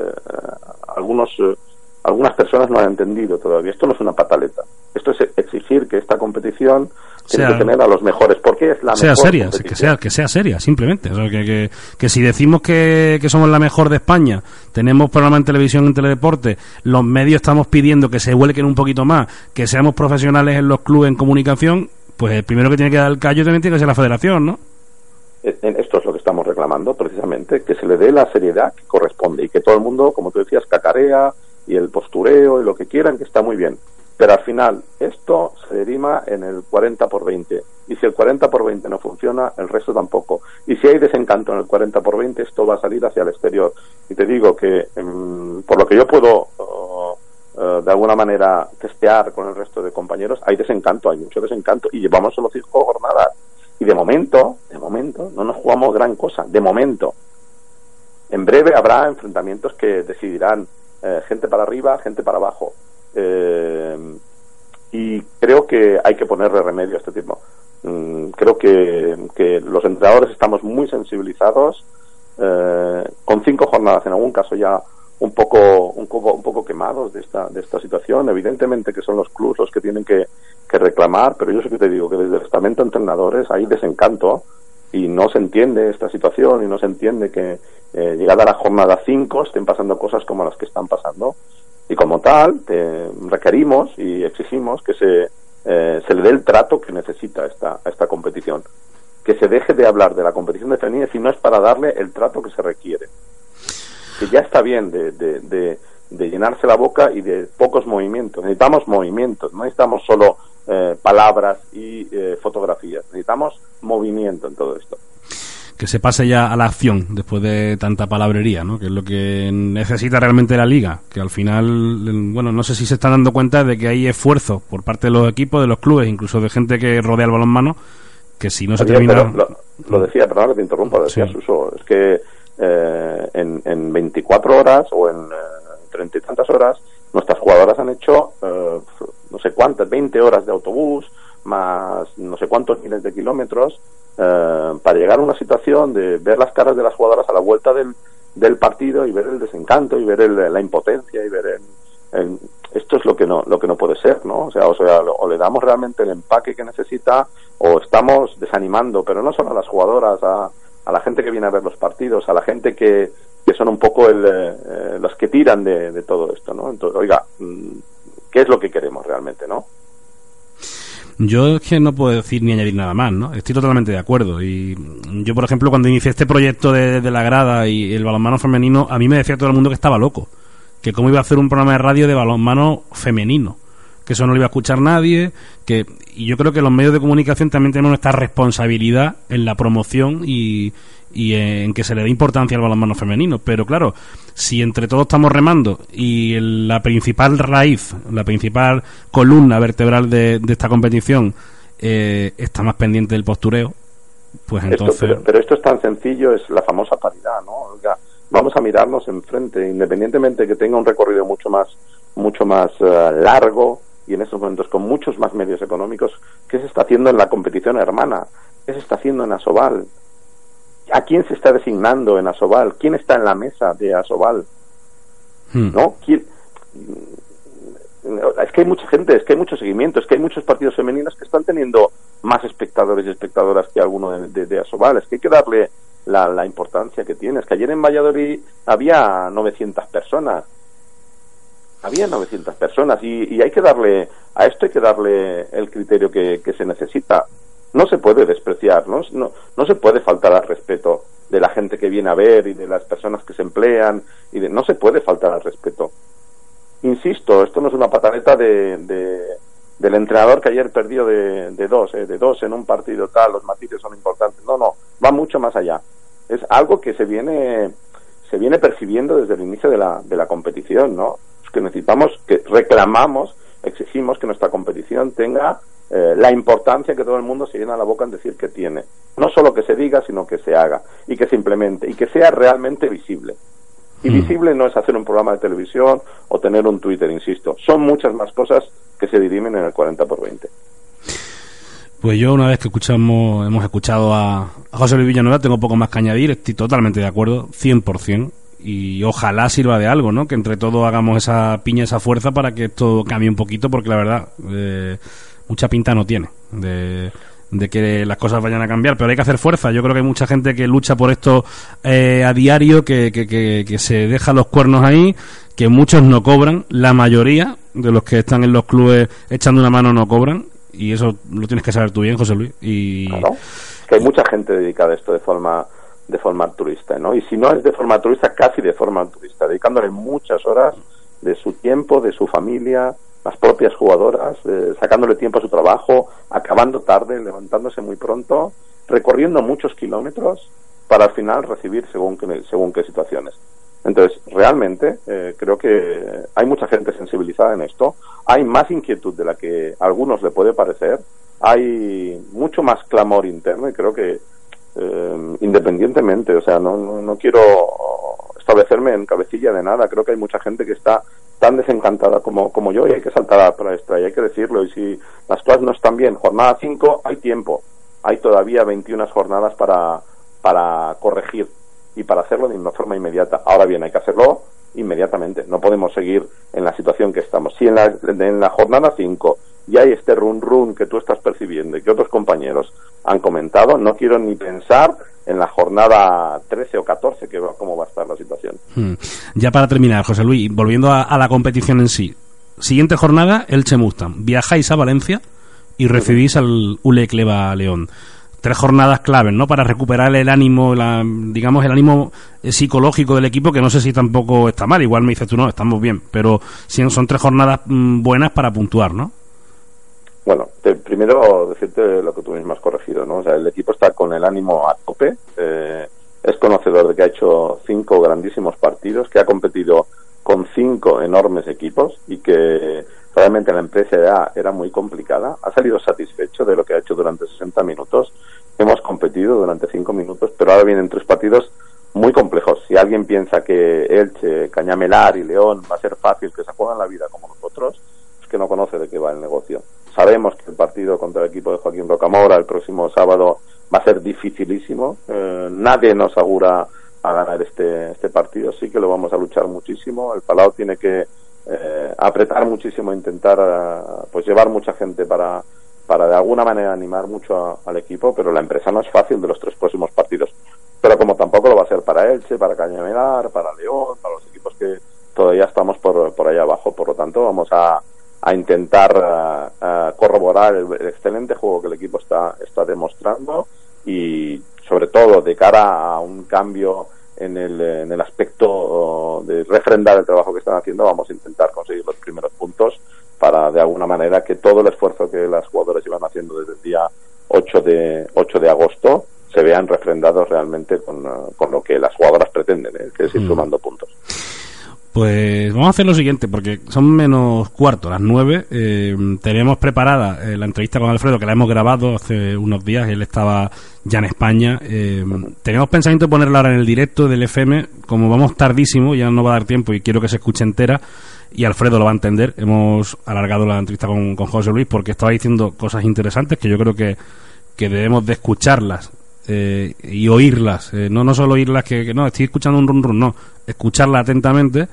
algunas personas no han entendido todavía. Esto no es una pataleta. Esto es exigir que esta competición tiene que tener a los mejores, porque es la mejor seria, competición. que sea seria, simplemente. O sea, que si decimos que somos la mejor de España, tenemos programa en televisión, en Teledeporte, los medios estamos pidiendo que se vuelquen un poquito más, que seamos profesionales en los clubes, en comunicación, pues el primero que tiene que dar el callo también tiene que ser la federación, ¿no? Esto es lo que estamos reclamando, precisamente, que se le dé la seriedad que corresponde y que todo el mundo, como tú decías, cacarea y el postureo y lo que quieran, que está muy bien. Pero al final, esto se derima en el 40/20. Y si el 40/20 no funciona, el resto tampoco. Y si hay desencanto en el 40/20, esto va a salir hacia el exterior. Y te digo que, por lo que yo puedo, de alguna manera, testear con el resto de compañeros, hay desencanto, hay mucho desencanto. Y llevamos solo 5 jornadas. Y de momento, no nos jugamos gran cosa. De momento. En breve habrá enfrentamientos que decidirán gente para arriba, gente para abajo. Y creo que hay que ponerle remedio a este tipo. Creo que los entrenadores estamos muy sensibilizados, con 5 jornadas en algún caso ya un poco quemados de esta situación. Evidentemente que son los clubes los que tienen que reclamar, pero yo sé que te digo que desde el estamento de entrenadores hay desencanto y no se entiende esta situación y no se entiende que llegada a la jornada 5 estén pasando cosas como las que están pasando. Y como tal, requerimos y exigimos que se le dé el trato que necesita esta competición. Que se deje de hablar de la competición de femenina si no es para darle el trato que se requiere. Que ya está bien de llenarse la boca y de pocos movimientos. Necesitamos movimientos, no necesitamos solo palabras y fotografías. Necesitamos movimiento en todo esto. Que se pase ya a la acción después de tanta palabrería, ¿no? Que es lo que necesita realmente la liga, que al final, bueno, no sé si se están dando cuenta de que hay esfuerzo por parte de los equipos, de los clubes, incluso de gente que rodea el balonmano, que si no se termina... Lo decía, perdón que te interrumpa, lo decía Suso, es que en 24 horas o en 30 y tantas horas nuestras jugadoras han hecho no sé cuántas, 20 horas de autobús, más no sé cuántos miles de kilómetros, para llegar a una situación de ver las caras de las jugadoras a la vuelta del partido y ver el desencanto y ver la impotencia y ver esto es lo que no puede ser, ¿no? O sea, o le damos realmente el empaque que necesita o estamos desanimando, pero no solo a las jugadoras, a la gente que viene a ver los partidos, a la gente que son un poco los que tiran de todo esto, ¿no? Entonces, oiga, ¿qué es lo que queremos realmente, no? Yo es que no puedo decir ni añadir nada más, ¿no? Estoy totalmente de acuerdo. Y yo, por ejemplo, cuando inicié este proyecto de la grada y el balonmano femenino, a mí me decía todo el mundo que estaba loco. Que cómo iba a hacer un programa de radio de balonmano femenino. Que eso no lo iba a escuchar nadie. Y yo creo que los medios de comunicación también tenemos nuestra responsabilidad en la promoción y en que se le dé importancia al balonmano femenino. Pero claro, si entre todos estamos remando y la principal raíz, la principal columna vertebral de esta competición está más pendiente del postureo, pues entonces... Pero esto es tan sencillo, es la famosa paridad, ¿no? Oiga, vamos a mirarnos enfrente, independientemente de que tenga un recorrido mucho más largo y en estos momentos con muchos más medios económicos. ¿Qué se está haciendo en la competición hermana? ¿Qué se está haciendo en Asobal? ¿A quién se está designando en Asobal? ¿Quién está en la mesa de Asobal? ¿No? Es que hay mucha gente, es que hay mucho seguimiento, es que hay muchos partidos femeninos que están teniendo más espectadores y espectadoras que alguno de Asobal. Es que hay que darle la importancia que tiene. Es que ayer en Valladolid había 900 personas. Y hay que darle a esto, hay que darle el criterio que se necesita. No se puede despreciar, no se puede faltar al respeto de la gente que viene a ver y de las personas que se emplean, no se puede faltar al respeto. Insisto, esto no es una pataleta del entrenador que ayer perdió de dos en un partido tal, los matices son importantes. No, va mucho más allá. Es algo que se viene percibiendo desde el inicio de la competición, ¿no? Es que reclamamos, exigimos que nuestra competición tenga la importancia que todo el mundo se llena la boca en decir que tiene. No solo que se diga, sino que se haga y que se implemente y que sea realmente visible. Y visible no es hacer un programa de televisión o tener un Twitter, insisto. Son muchas más cosas que se dirimen en el 40/20. Pues yo, una vez que hemos escuchado a José Luis Villanueva, tengo poco más que añadir. Estoy totalmente de acuerdo, 100%. Y ojalá sirva de algo, ¿no? Que entre todos hagamos esa piña, esa fuerza para que esto cambie un poquito, porque la verdad... mucha pinta no tiene de que las cosas vayan a cambiar, pero hay que hacer fuerza. Yo creo que hay mucha gente que lucha por esto a diario, que se deja los cuernos ahí, que muchos no cobran, la mayoría de los que están en los clubes echando una mano no cobran, y eso lo tienes que saber tú bien, José Luis. Y claro, es que hay mucha gente dedicada a esto de forma altruista, ¿no? Y si no es de forma altruista, casi de forma altruista, dedicándole muchas horas de su tiempo, de su familia, las propias jugadoras, sacándole tiempo a su trabajo, acabando tarde, levantándose muy pronto, recorriendo muchos kilómetros para al final recibir según qué situaciones. Entonces, realmente, creo que hay mucha gente sensibilizada en esto, hay más inquietud de la que a algunos le puede parecer, hay mucho más clamor interno y creo que independientemente, o sea, no quiero establecerme en cabecilla de nada, creo que hay mucha gente que está tan desencantada como yo y hay que saltar a la palestra y hay que decirlo, y si las cosas no están bien, jornada 5, hay tiempo, hay todavía 21 jornadas para corregir y para hacerlo de una forma inmediata. Ahora bien, hay que hacerlo inmediatamente, no podemos seguir en la situación que estamos. Si en la jornada 5 ya hay este run que tú estás percibiendo y que otros compañeros han comentado, no quiero ni pensar en la jornada 13 o 14 cómo va a estar la situación. Ya para terminar, José Luis, volviendo a la competición en sí, siguiente jornada, Elche Mustang, viajáis a Valencia y recibís al ULE Cleva León. 3 jornadas claves, ¿no? Para recuperar el ánimo, el ánimo psicológico del equipo, que no sé si tampoco está mal, igual me dices tú, no, estamos bien, pero son 3 jornadas buenas para puntuar, ¿no? Bueno, primero decirte lo que tú mismo has corregido, ¿no? O sea, el equipo está con el ánimo a tope, es conocedor de que ha hecho 5 grandísimos partidos, que ha competido con 5 enormes equipos y que realmente la empresa era muy complicada. Ha salido satisfecho de lo que ha hecho durante 60 minutos. Hemos competido durante 5 minutos, pero ahora vienen 3 partidos muy complejos. Si alguien piensa que Elche, Cañamelar y León va a ser fácil, que se juegan la vida como nosotros, es que no conoce de qué va el negocio. Sabemos que el partido contra el equipo de Joaquín Rocamora el próximo sábado va a ser dificilísimo. Nadie nos augura a ganar este partido. Sí que lo vamos a luchar muchísimo. El Palau tiene que apretar muchísimo, intentar pues llevar mucha gente para de alguna manera animar mucho al equipo, pero la empresa no es fácil de los 3 próximos partidos. Pero como tampoco lo va a ser para Elche, para Cañamelar, para León, para los equipos que todavía estamos por allá abajo. Por lo tanto, vamos a intentar corroborar el excelente juego que el equipo está demostrando y sobre todo de cara a un cambio en el aspecto de refrendar el trabajo que están haciendo, vamos a intentar conseguir los primeros puntos para de alguna manera que todo el esfuerzo que las jugadoras iban haciendo desde el día 8 de agosto se vean refrendados realmente con lo que las jugadoras pretenden, que es ir sumando puntos. Pues vamos a hacer lo siguiente, porque son menos cuarto, las 9. Teníamos preparada la entrevista con Alfredo, que la hemos grabado hace unos días. Él estaba ya en España. Teníamos pensamiento de ponerla ahora en el directo del FM. Como vamos tardísimo, ya no va a dar tiempo y quiero que se escuche entera. Y Alfredo lo va a entender. Hemos alargado la entrevista con José Luis porque estaba diciendo cosas interesantes que yo creo que debemos de escucharlas. Y oírlas, no solo oírlas que no, estoy escuchando un run, no, escucharlas atentamente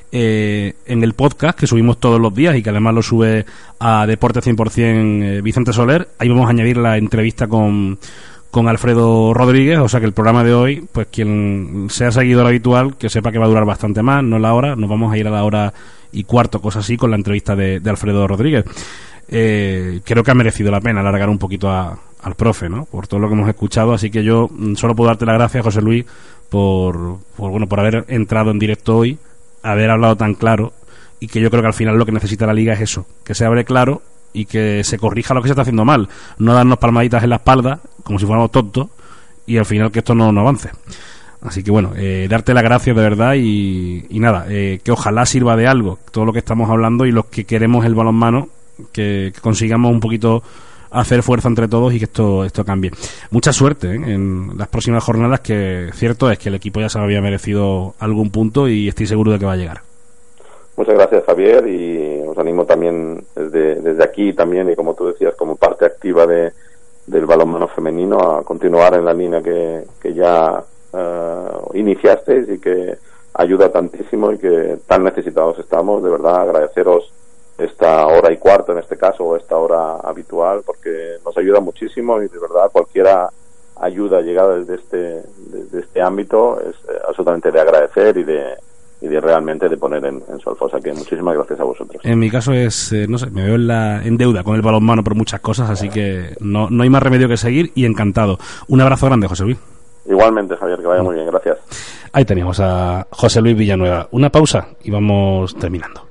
en el podcast que subimos todos los días y que además lo sube a Deporte 100% Vicente Soler. Ahí vamos a añadir la entrevista con Alfredo Rodríguez, o sea que el programa de hoy, pues quien sea seguidor habitual, que sepa que va a durar bastante más, no la hora, nos vamos a ir a la 1:15, cosa así, con la entrevista de Alfredo Rodríguez. Creo que ha merecido la pena alargar un poquito al profe, ¿no? Por todo lo que hemos escuchado, así que yo solo puedo darte las gracias, José Luis, por haber entrado en directo hoy, haber hablado tan claro, y que yo creo que al final lo que necesita la Liga es eso, que se hable claro y que se corrija lo que se está haciendo mal, no darnos palmaditas en la espalda como si fuéramos tontos y al final que esto no avance. Así que bueno, darte las gracias de verdad y nada, que ojalá sirva de algo todo lo que estamos hablando y los que queremos el balonmano, que consigamos un poquito hacer fuerza entre todos y que esto cambie. Mucha suerte en las próximas jornadas, que cierto es que el equipo ya se había merecido algún punto y estoy seguro de que va a llegar. Muchas gracias, Javier, y os animo también desde aquí también, y como tú decías, como parte activa del balonmano femenino, a continuar en la línea que ya iniciasteis y que ayuda tantísimo y que tan necesitados estamos. De verdad, agradeceros esta 1:15 en este caso, o esta hora habitual, porque nos ayuda muchísimo y de verdad cualquier ayuda llegada desde este ámbito es absolutamente de agradecer y de realmente de poner en solfa. O sea que muchísimas gracias a vosotros. En mi caso es, no sé, me veo en deuda con el balonmano por muchas cosas, así que no hay más remedio que seguir, y encantado. Un abrazo grande, José Luis. Igualmente, Javier, que vaya muy bien, gracias. Ahí teníamos a José Luis Villanueva. Una pausa y vamos terminando.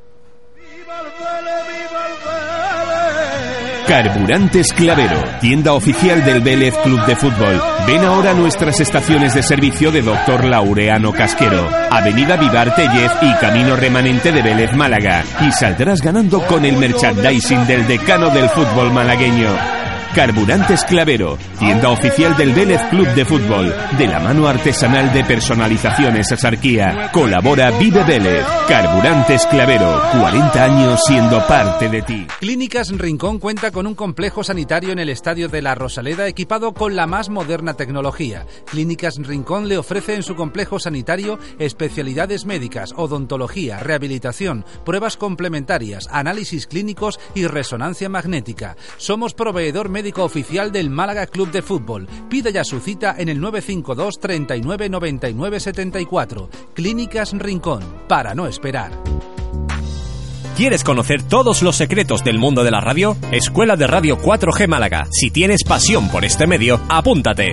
Carburantes Clavero, tienda oficial del Vélez Club de Fútbol. Ven ahora a nuestras estaciones de servicio de Dr. Laureano Casquero, Avenida Vivar Tellez y Camino Remanente de Vélez, Málaga. Y saldrás ganando con el merchandising del decano del fútbol malagueño. Carburantes Clavero, tienda oficial del Vélez Club de Fútbol, de la mano artesanal de personalizaciones Asarquía. Colabora Vive Vélez. Carburantes Clavero, 40 años siendo parte de ti. Clínicas Rincón cuenta con un complejo sanitario en el Estadio de la Rosaleda equipado con la más moderna tecnología. Clínicas Rincón le ofrece en su complejo sanitario especialidades médicas, odontología, rehabilitación, pruebas complementarias, análisis clínicos y resonancia magnética. Somos proveedor médico oficial del Málaga Club de Fútbol. Pida ya su cita en el 952 39 99 74. Clínicas Rincón, para no esperar. ¿Quieres conocer todos los secretos del mundo de la radio? Escuela de Radio 4G Málaga. Si tienes pasión por este medio, apúntate.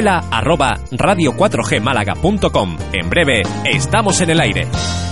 escuela@radio4gmálaga.com. En breve, estamos en el aire.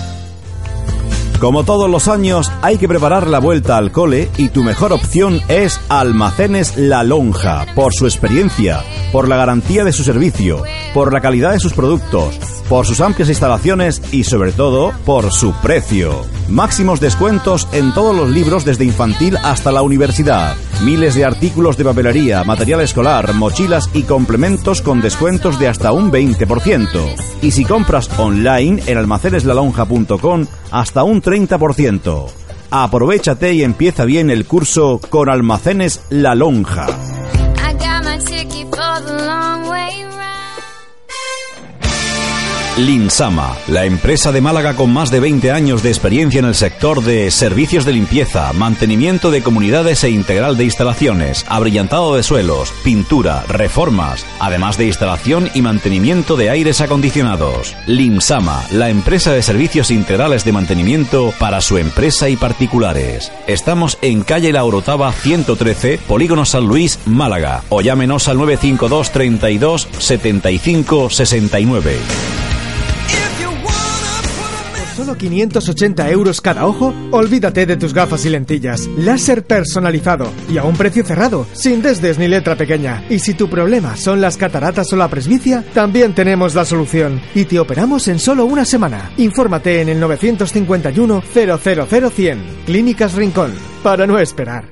Como todos los años, hay que preparar la vuelta al cole y tu mejor opción es Almacenes La Lonja, por su experiencia, por la garantía de su servicio, por la calidad de sus productos, por sus amplias instalaciones y sobre todo por su precio. Máximos descuentos en todos los libros desde infantil hasta la universidad. Miles de artículos de papelería, material escolar, mochilas y complementos con descuentos de hasta un 20%. Y si compras online en almaceneslalonja.com, hasta un 30%. Aprovechate y empieza bien el curso con Almacenes La Lonja. Linsama, la empresa de Málaga con más de 20 años de experiencia en el sector de servicios de limpieza, mantenimiento de comunidades e integral de instalaciones, abrillantado de suelos, pintura, reformas, además de instalación y mantenimiento de aires acondicionados. Linsama, la empresa de servicios integrales de mantenimiento para su empresa y particulares. Estamos en calle La Orotava 113, Polígono San Luis, Málaga, o llámenos al 952 32 75 69. ¿Solo 580 euros cada ojo? Olvídate de tus gafas y lentillas. Láser personalizado y a un precio cerrado, sin desdes ni letra pequeña. Y si tu problema son las cataratas o la presbicia, también tenemos la solución. Y te operamos en solo una semana. Infórmate en el 951 000 100. Clínicas Rincón. Para no esperar.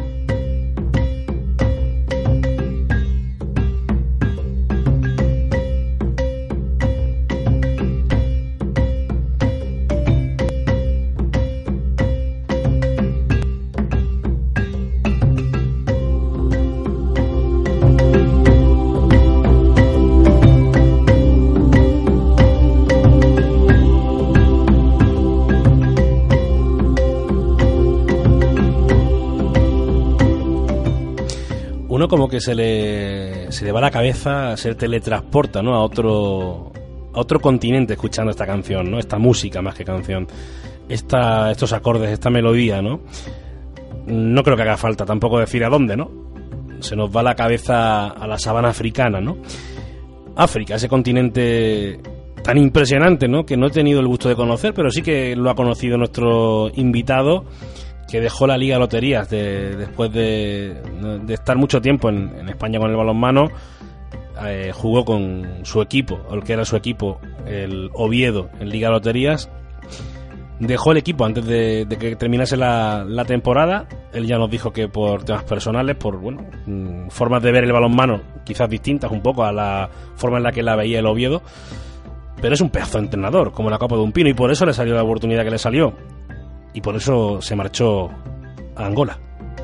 Uno como que se le va la cabeza, se teletransporta, ¿no? a otro continente escuchando esta canción, ¿no? Esta música más que canción, estos acordes, esta melodía, ¿no? No creo que haga falta tampoco decir a dónde, ¿no? Se nos va la cabeza a la sabana africana, ¿no? África, ese continente tan impresionante, ¿no? Que no he tenido el gusto de conocer, pero sí que lo ha conocido nuestro invitado, que dejó la Liga de Loterías después de estar mucho tiempo en España con el balonmano. Jugó con su equipo, el que era su equipo, el Oviedo, en Liga de Loterías. Dejó el equipo antes de que terminase la temporada. Él ya nos dijo que por temas personales, por formas de ver el balonmano quizás distintas un poco a la forma en la que la veía el Oviedo, pero es un pedazo de entrenador, como la copa de un pino, y por eso le salió la oportunidad que le salió. Y por eso se marchó a Angola.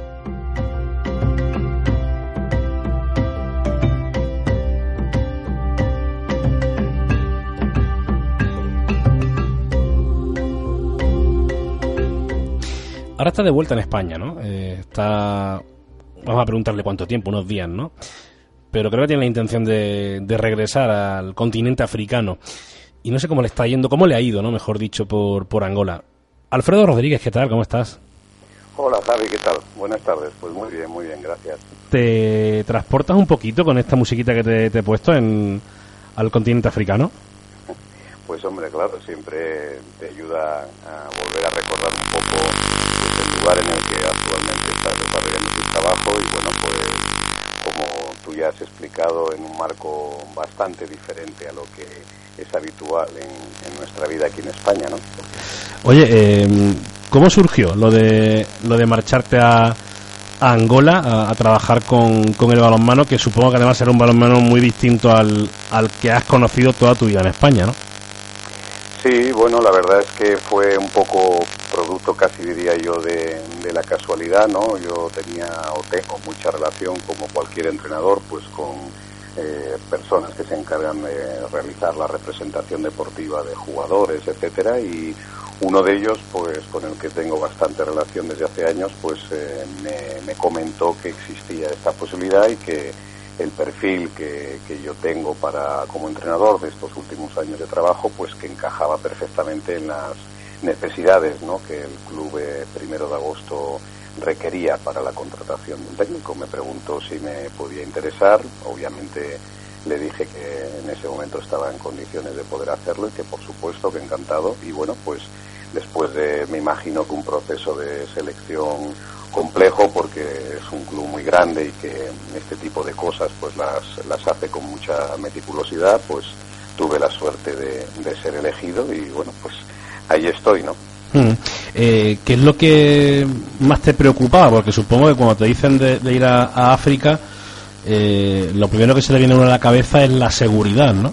Ahora está de vuelta en España, ¿no? Vamos a preguntarle cuánto tiempo, unos días, ¿no? Pero creo que tiene la intención de regresar al continente africano. y no sé cómo le está yendo, cómo le ha ido, ¿no? Mejor dicho, por Angola. Alfredo Rodríguez, ¿qué tal? ¿Cómo estás? Hola Javi, ¿qué tal? Buenas tardes. Pues muy bien, gracias. ¿Te transportas un poquito con esta musiquita que te he puesto al continente africano? Pues hombre, claro, siempre te ayuda a volver a recordar un poco pues, el lugar en el que actualmente estás desarrollando tu trabajo y bueno, pues como tú ya has explicado, en un marco bastante diferente a lo que es habitual en nuestra vida aquí en España, ¿no? Oye, ¿cómo surgió lo de marcharte a Angola a trabajar con el balonmano, que supongo que además era un balonmano muy distinto al que has conocido toda tu vida en España, ¿no? Sí, bueno, la verdad es que fue un poco producto, casi diría yo, de la casualidad, ¿no? Yo tenía o tengo mucha relación, como cualquier entrenador, pues con personas que se encargan de realizar la representación deportiva de jugadores, etcétera, y uno de ellos, pues con el que tengo bastante relación desde hace años, pues me comentó que existía esta posibilidad y que el perfil que yo tengo como entrenador de estos últimos años de trabajo, pues que encajaba perfectamente en las necesidades, ¿no?, que el club 1 de agosto requería para la contratación de un técnico. Me preguntó si me podía interesar, obviamente le dije que en ese momento estaba en condiciones de poder hacerlo y que por supuesto que encantado, y bueno, pues después me imagino que un proceso de selección complejo, porque es un club muy grande y que este tipo de cosas pues las hace con mucha meticulosidad, pues tuve la suerte de ser elegido y bueno, pues ahí estoy, ¿no? ¿Qué es lo que más te preocupaba? Porque supongo que cuando te dicen de ir a África, lo primero que se le viene a uno a la cabeza es la seguridad, ¿no?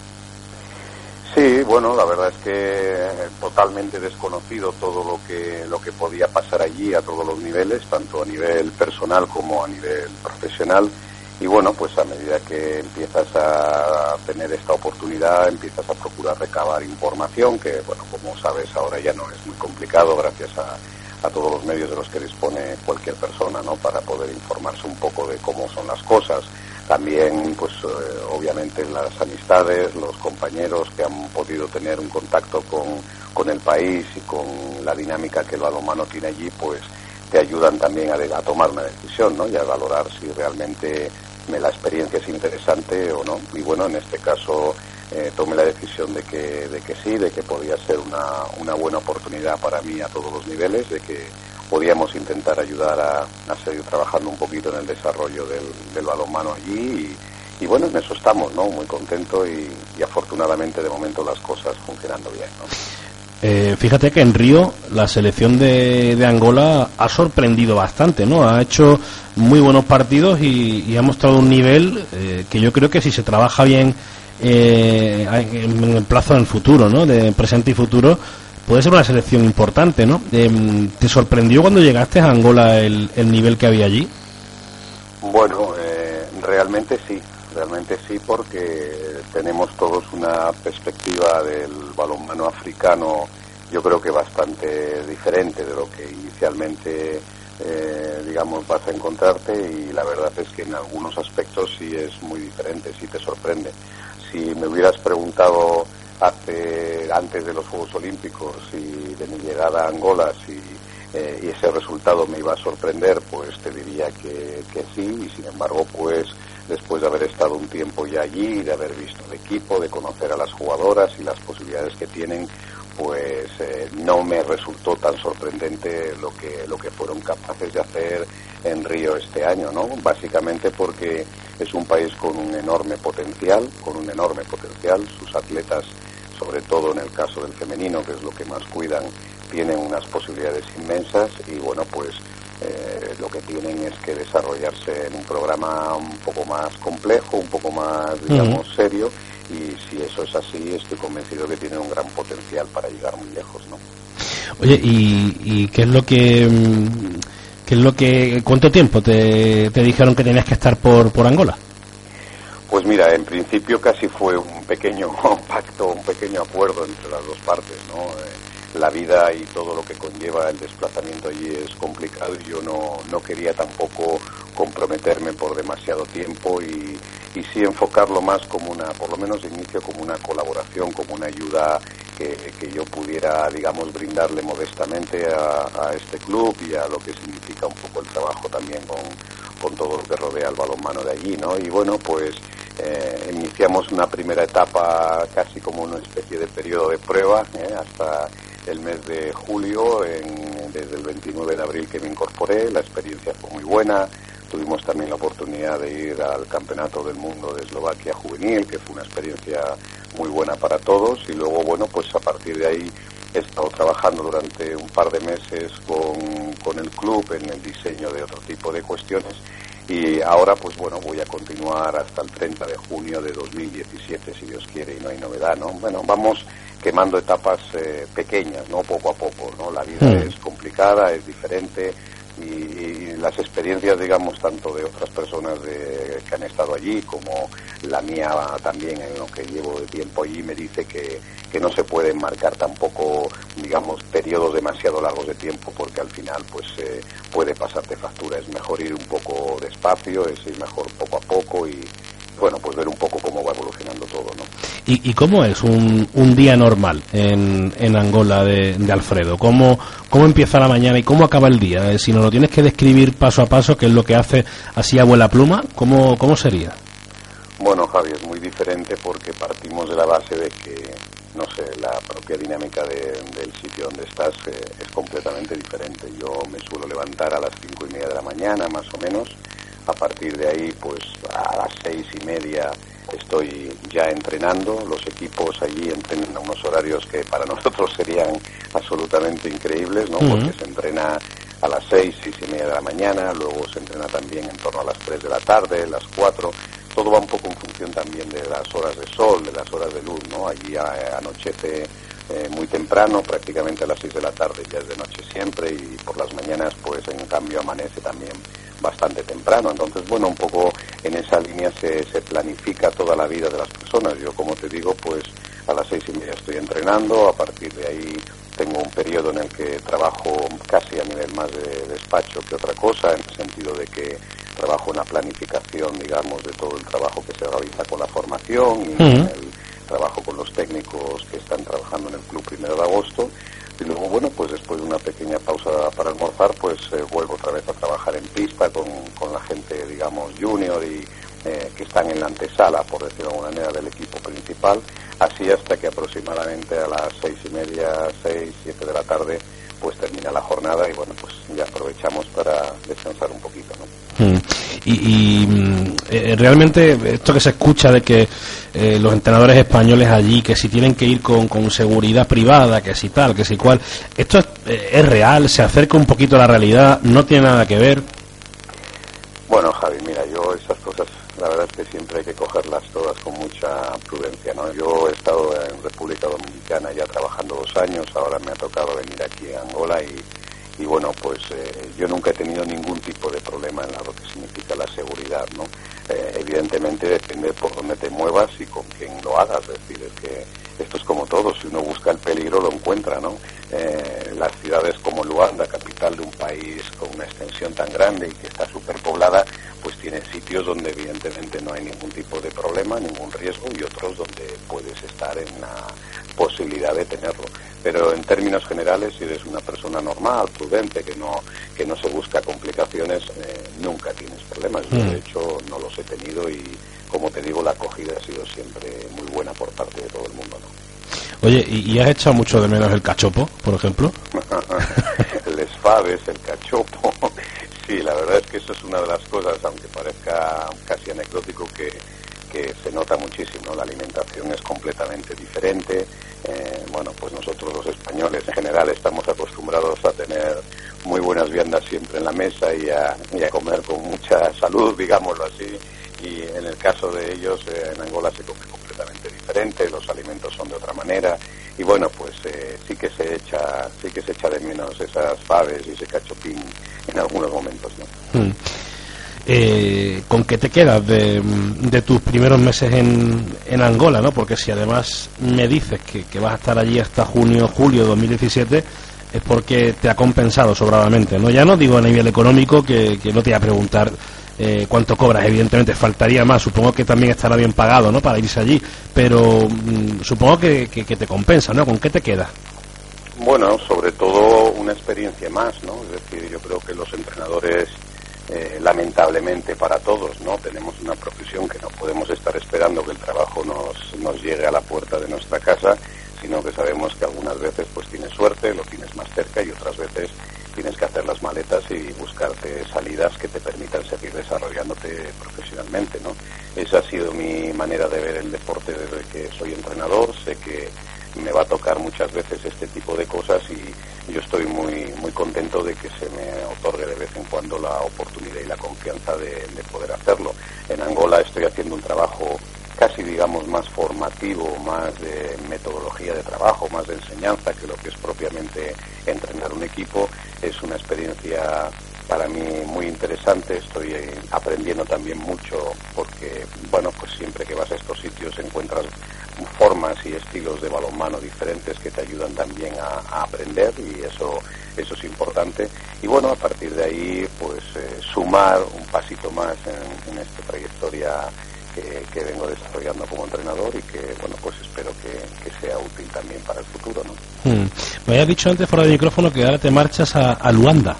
Sí, bueno, la verdad es que totalmente desconocido todo lo que podía pasar allí a todos los niveles, tanto a nivel personal como a nivel profesional. Y bueno, pues a medida que empiezas a tener esta oportunidad, empiezas a procurar recabar información, que bueno, como sabes, ahora ya no es muy complicado gracias a todos los medios de los que dispone cualquier persona, ¿no?, para poder informarse un poco de cómo son las cosas. También, pues obviamente las amistades, los compañeros que han podido tener un contacto con el país y con la dinámica que el balonmano tiene allí, pues te ayudan también a tomar una decisión, ¿no?, y a valorar si realmente la experiencia es interesante o no. Y bueno, en este caso tomé la decisión de que sí, de que podía ser una buena oportunidad para mí a todos los niveles, de que podíamos intentar ayudar a seguir trabajando un poquito en el desarrollo del balonmano allí y bueno, en eso estamos, ¿no?, muy contento y afortunadamente de momento las cosas funcionando bien, ¿no? Fíjate que en Río la selección de Angola ha sorprendido bastante, ¿no? Ha hecho muy buenos partidos y ha mostrado un nivel que yo creo que si se trabaja bien en el plazo del futuro, ¿no?, de presente y futuro, puede ser una selección importante, ¿no? ¿Te sorprendió cuando llegaste a Angola el nivel que había allí? Bueno, realmente sí, porque tenemos todos una perspectiva del balonmano africano, yo creo que bastante diferente de lo que inicialmente digamos vas a encontrarte, y la verdad es que en algunos aspectos sí es muy diferente, sí te sorprende. Si me hubieras preguntado antes de los Juegos Olímpicos y de mi llegada a Angola y ese resultado me iba a sorprender, pues te diría que sí, y sin embargo, pues después de haber estado un tiempo ya allí, de haber visto el equipo, de conocer a las jugadoras y las posibilidades que tienen, pues no me resultó tan sorprendente lo que fueron capaces de hacer en Río este año, ¿no? Básicamente porque es un país con un enorme potencial, sus atletas, sobre todo en el caso del femenino, que es lo que más cuidan, tienen unas posibilidades inmensas y bueno, pues lo que tienen es que desarrollarse en un programa un poco más complejo, un poco más, digamos, serio, y si eso es así, estoy convencido que tienen un gran potencial para llegar muy lejos, ¿no? Oye, ¿y qué es lo que cuánto tiempo te dijeron que tenías que estar por Angola? Pues mira, en principio casi fue un pequeño pacto, un pequeño acuerdo entre las dos partes, ¿no? La vida y todo lo que conlleva el desplazamiento allí es complicado y yo no quería tampoco comprometerme por demasiado tiempo y y sí enfocarlo más como por lo menos de inicio, como una colaboración, como una ayuda que yo pudiera, digamos, brindarle modestamente a este club y a lo que significa un poco el trabajo también con todo lo que rodea el balonmano de allí, ¿no? Y bueno, pues iniciamos una primera etapa casi como una especie de periodo de prueba, hasta el mes de julio, desde el 29 de abril que me incorporé. La experiencia fue muy buena. Tuvimos también la oportunidad de ir al Campeonato del Mundo de Eslovaquia Juvenil, que fue una experiencia muy buena para todos, y luego, bueno, pues a partir de ahí he estado trabajando durante un par de meses con el club en el diseño de otro tipo de cuestiones, y ahora, pues bueno, voy a continuar hasta el 30 de junio de 2017, si Dios quiere y no hay novedad, ¿no? Bueno, vamos quemando etapas pequeñas, ¿no? Poco a poco, ¿no? La vida es complicada, es diferente, y las experiencias, digamos, tanto de otras personas que han estado allí como la mía también, en lo que llevo de tiempo allí, me dice que no se pueden marcar tampoco, digamos, periodos demasiado largos de tiempo, porque al final pues puede pasarte factura. Es mejor ir un poco despacio, es ir mejor poco a poco y, bueno, pues ver un poco cómo va evolucionando todo, ¿no? ¿Y cómo es un día normal en Angola de Alfredo? ¿Cómo empieza la mañana y cómo acaba el día? Si nos lo tienes que describir paso a paso, que es lo que hace así a vuela pluma, ¿cómo sería? Bueno, Javi, es muy diferente porque partimos de la base de que, no sé, la propia dinámica del sitio donde estás es completamente diferente. Yo me suelo levantar a las 5:30 de la mañana, más o menos. A partir de ahí, pues a las 6:30 estoy ya entrenando. Los equipos allí entrenan a unos horarios que para nosotros serían absolutamente increíbles, ¿no? Porque se entrena a las 6:30 de la mañana, luego se entrena también en torno a las 3 de la tarde, las 4. Todo va un poco en función también de las horas de sol, de las horas de luz, ¿no? Allí anochece muy temprano, prácticamente a las 6 de la tarde ya es de noche siempre, y por las mañanas pues en cambio amanece también bastante temprano. Entonces, bueno, un poco en esa línea se planifica toda la vida de las personas. Yo, como te digo, pues a las 6:30 estoy entrenando. A partir de ahí tengo un periodo en el que trabajo casi a nivel más de despacho que otra cosa, en el sentido de que trabajo en la planificación, digamos, de todo el trabajo que se realiza con la formación y en el trabajo con los técnicos que están trabajando en el club 1 de agosto. Y luego, bueno, pues después de una pequeña pausa para almorzar, pues vuelvo otra vez a trabajar en pista con la gente, digamos, junior y que están en la antesala, por decirlo de alguna manera, del equipo principal, así hasta que aproximadamente a las 6:30, 6, 7 de la tarde, pues termina la jornada y, bueno, pues ya aprovechamos para descansar un poquito, ¿no? Realmente esto que se escucha de que los entrenadores españoles allí, que si tienen que ir con seguridad privada, que si tal, que si cual, ¿esto es real? ¿Se acerca un poquito a la realidad? ¿No tiene nada que ver? Bueno, Javi, mira, yo esas cosas, la verdad es que siempre hay que cogerlas todas con mucha prudencia, ¿no? Yo he estado en República Dominicana ya trabajando 2 años, ahora me ha tocado venir aquí a Angola y bueno, pues yo nunca he tenido ningún tipo de problema en lo que significa la seguridad, ¿no? Evidentemente depende por dónde te muevas y con quién lo hagas, es decir, es que esto es como todo, si uno busca el peligro lo encuentra, ¿no? Las ciudades como Luanda, capital de un país con una extensión tan grande y que está superpoblada, pues tiene sitios donde evidentemente no hay ningún tipo de problema, ningún riesgo, y otros donde puedes estar en la posibilidad de tenerlo. Pero en términos generales, si eres una persona normal, prudente, que no se busca complicaciones, nunca tienes problemas. Yo, de hecho, no los he tenido y, como te digo, la acogida ha sido siempre muy buena por parte de todo el mundo, ¿no? Oye, ¿y has echado mucho de menos el cachopo, por ejemplo? El Faves, el cachopo. Sí, la verdad es que eso es una de las cosas, aunque parezca casi anecdótico, que se nota muchísimo. La alimentación es completamente diferente. Bueno, pues nosotros los españoles en general estamos acostumbrados a tener muy buenas viandas siempre en la mesa y a comer con mucha salud, digámoslo así. Y en el caso de ellos, en Angola se come completamente diferente, los alimentos son de otra manera. Y bueno, pues sí que se echa de menos esas faves y ese cachopín en algunos momentos, ¿no? ¿Con qué te quedas de tus primeros meses en Angola, ¿no? Porque si además me dices que vas a estar allí hasta julio de 2017, es porque te ha compensado sobradamente, ¿no? Ya no digo a nivel económico, que no te voy a preguntar cuánto cobras. Evidentemente faltaría más, supongo que también estará bien pagado, ¿no?, para irse allí, pero supongo que te compensa, ¿no? ¿Con qué te queda? Bueno, sobre todo una experiencia más, ¿no? Es decir, yo creo que los entrenadores, lamentablemente para todos, ¿no?, tenemos una profesión que no podemos estar esperando que el trabajo nos llegue a la puerta de nuestra casa, sino que sabemos que algunas veces pues tienes suerte, lo tienes más cerca, y otras veces tienes que hacer las maletas y buscarte salidas que te permitan seguir desarrollándote profesionalmente, ¿no? Esa ha sido mi manera de ver el deporte desde que soy entrenador. Sé que me va a tocar muchas veces este tipo de cosas y yo estoy muy contento de que se me otorgue de vez en cuando la oportunidad y la confianza de poder hacerlo. En Angola estoy haciendo un trabajo casi, digamos, más formativo, más de metodología de trabajo, más de enseñanza que lo que es propiamente entrenar un equipo. Es una experiencia para mí muy interesante. Estoy aprendiendo también mucho porque, bueno, pues siempre que vas a estos sitios encuentras formas y estilos de balonmano diferentes que te ayudan también a aprender, y eso es importante. Y bueno, a partir de ahí pues sumar un pasito más en esta trayectoria que vengo desarrollando como entrenador, y que, bueno, pues espero que sea útil también para el futuro, ¿no? Me habías dicho antes fuera de micrófono que ahora te marchas a Luanda.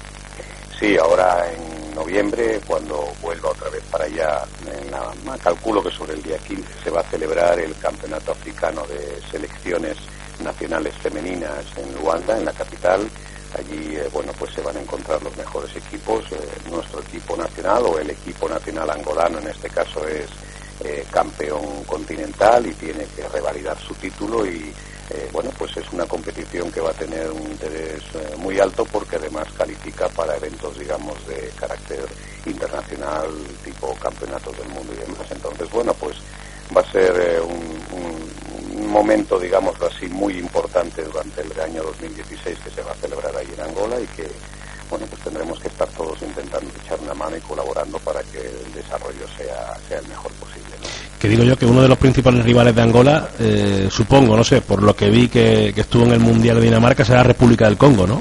Sí, ahora en noviembre, cuando vuelva otra vez para allá, calculo que sobre el día 15 se va a celebrar el Campeonato Africano de Selecciones Nacionales Femeninas en Luanda, en la capital. Allí, bueno, pues se van a encontrar los mejores equipos. Nuestro equipo nacional, o el equipo nacional angolano en este caso, es campeón continental y tiene que revalidar su título, y bueno, pues es una competición que va a tener un interés muy alto, porque además califica para eventos, digamos, de carácter internacional, tipo campeonatos del mundo y demás. Entonces, bueno, pues va a ser un momento, digamos así, muy importante durante el año 2016 que se va a celebrar ahí en Angola, y que, bueno, pues tendremos que estar todos intentando echar una mano y colaborando para que el desarrollo sea el mejor posible, ¿no? Que digo yo que uno de los principales rivales de Angola, supongo, no sé, por lo que vi que estuvo en el Mundial de Dinamarca, será la República del Congo, ¿no?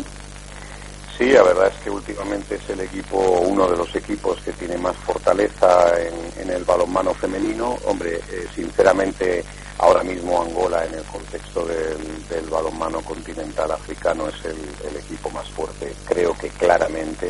Sí, la verdad es que últimamente es el equipo, uno de los equipos que tiene más fortaleza en el balonmano femenino. Hombre, sinceramente, ahora mismo Angola, en el contexto del balonmano continental africano, es el equipo más fuerte. Creo que claramente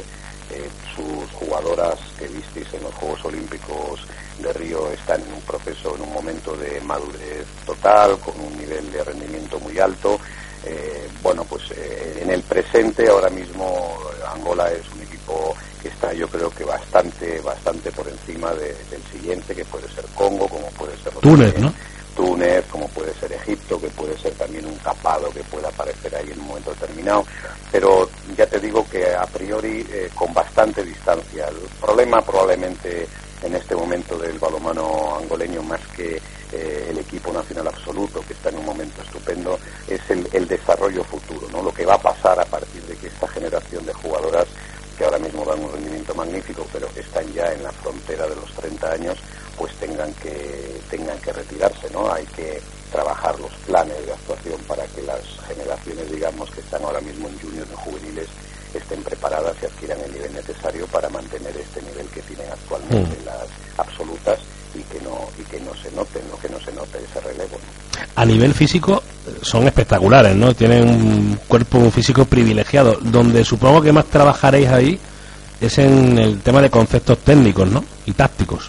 sus jugadoras que visteis en los Juegos Olímpicos de Río están en un proceso, en un momento de madurez total, con un nivel de rendimiento muy alto. Bueno, pues en el presente, ahora mismo, Angola es un equipo que está, yo creo que bastante por encima del siguiente, que puede ser Congo, como puede ser Túnez, ¿no? Túnez, como puede ser Egipto, que puede ser también un Capado que pueda aparecer ahí en un momento determinado. Pero ya te digo que a priori con bastante distancia. El problema probablemente en este momento del balonmano angoleño, más que el equipo nacional absoluto, que está en un momento estupendo, es el desarrollo futuro, ¿no? Lo que va a pasar a partir de que esta generación de jugadoras, que ahora mismo dan un rendimiento magnífico, pero que están ya en la frontera de los 30 años, pues tengan que retirarse, ¿no? Hay que trabajar los planes de actuación para que las generaciones, digamos, que están ahora mismo en juniors y juveniles, estén preparadas y adquieran el nivel necesario para mantener este nivel que tienen actualmente las absolutas, y que no se note ese relevo, ¿no? A nivel físico son espectaculares, ¿no? Tienen un cuerpo físico privilegiado. Donde supongo que más trabajaréis ahí es en el tema de conceptos técnicos, ¿no? Y tácticos.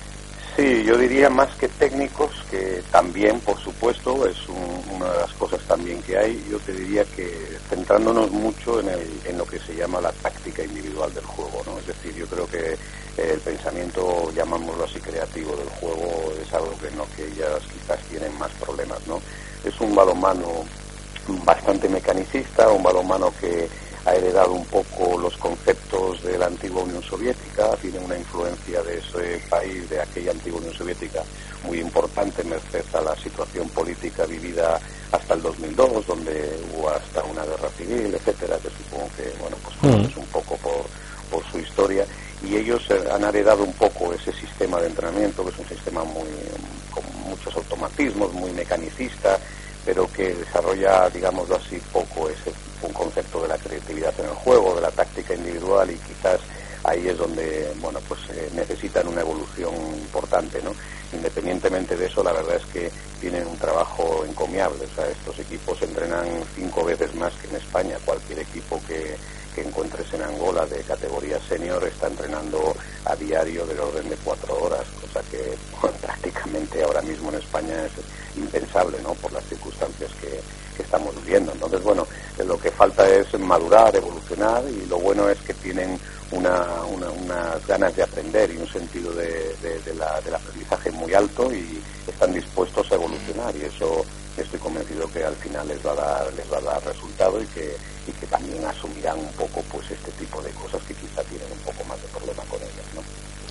Sí, yo diría más que técnicos, que también, por supuesto, es una de las cosas también que hay. Yo te diría que centrándonos mucho en lo que se llama la táctica individual del juego, ¿no? Es decir, yo creo que el pensamiento, llamámoslo así, creativo del juego es algo que no, que ellas quizás tienen más problemas, ¿no? Es un balonmano bastante mecanicista, un balonmano que ha heredado un poco los conceptos de la antigua Unión Soviética, tiene una influencia de ese país, de aquella antigua Unión Soviética, muy importante, merced a la situación política vivida hasta el 2002, donde hubo hasta una guerra civil, etcétera, que supongo que, bueno, pues es un poco por su historia, y ellos han heredado un poco ese sistema de entrenamiento, que es un sistema con muchos automatismos, muy mecanicista, pero que desarrolla, digámoslo así, poco un concepto de la creatividad en el juego, de la táctica individual, y quizás ahí es donde, bueno, pues necesitan una evolución importante, ¿no? Independientemente de eso, la verdad es que tienen un trabajo encomiable. O sea, estos equipos entrenan 5 veces más que en España. Cualquier equipo que encuentres en Angola de categoría senior está entrenando a diario del orden de 4 horas, cosa que bueno, prácticamente ahora mismo en España es impensable, ¿no? Por las circunstancias que estamos viviendo. Entonces, bueno, lo que falta es madurar, evolucionar, y lo bueno es que tienen unas ganas de aprender y un sentido del aprendizaje muy alto, y están dispuestos a evolucionar, y eso estoy convencido que al final les va a dar resultado, y que también asumirán un poco pues este tipo de cosas que quizá tienen un poco más de problema con ellas, ¿no?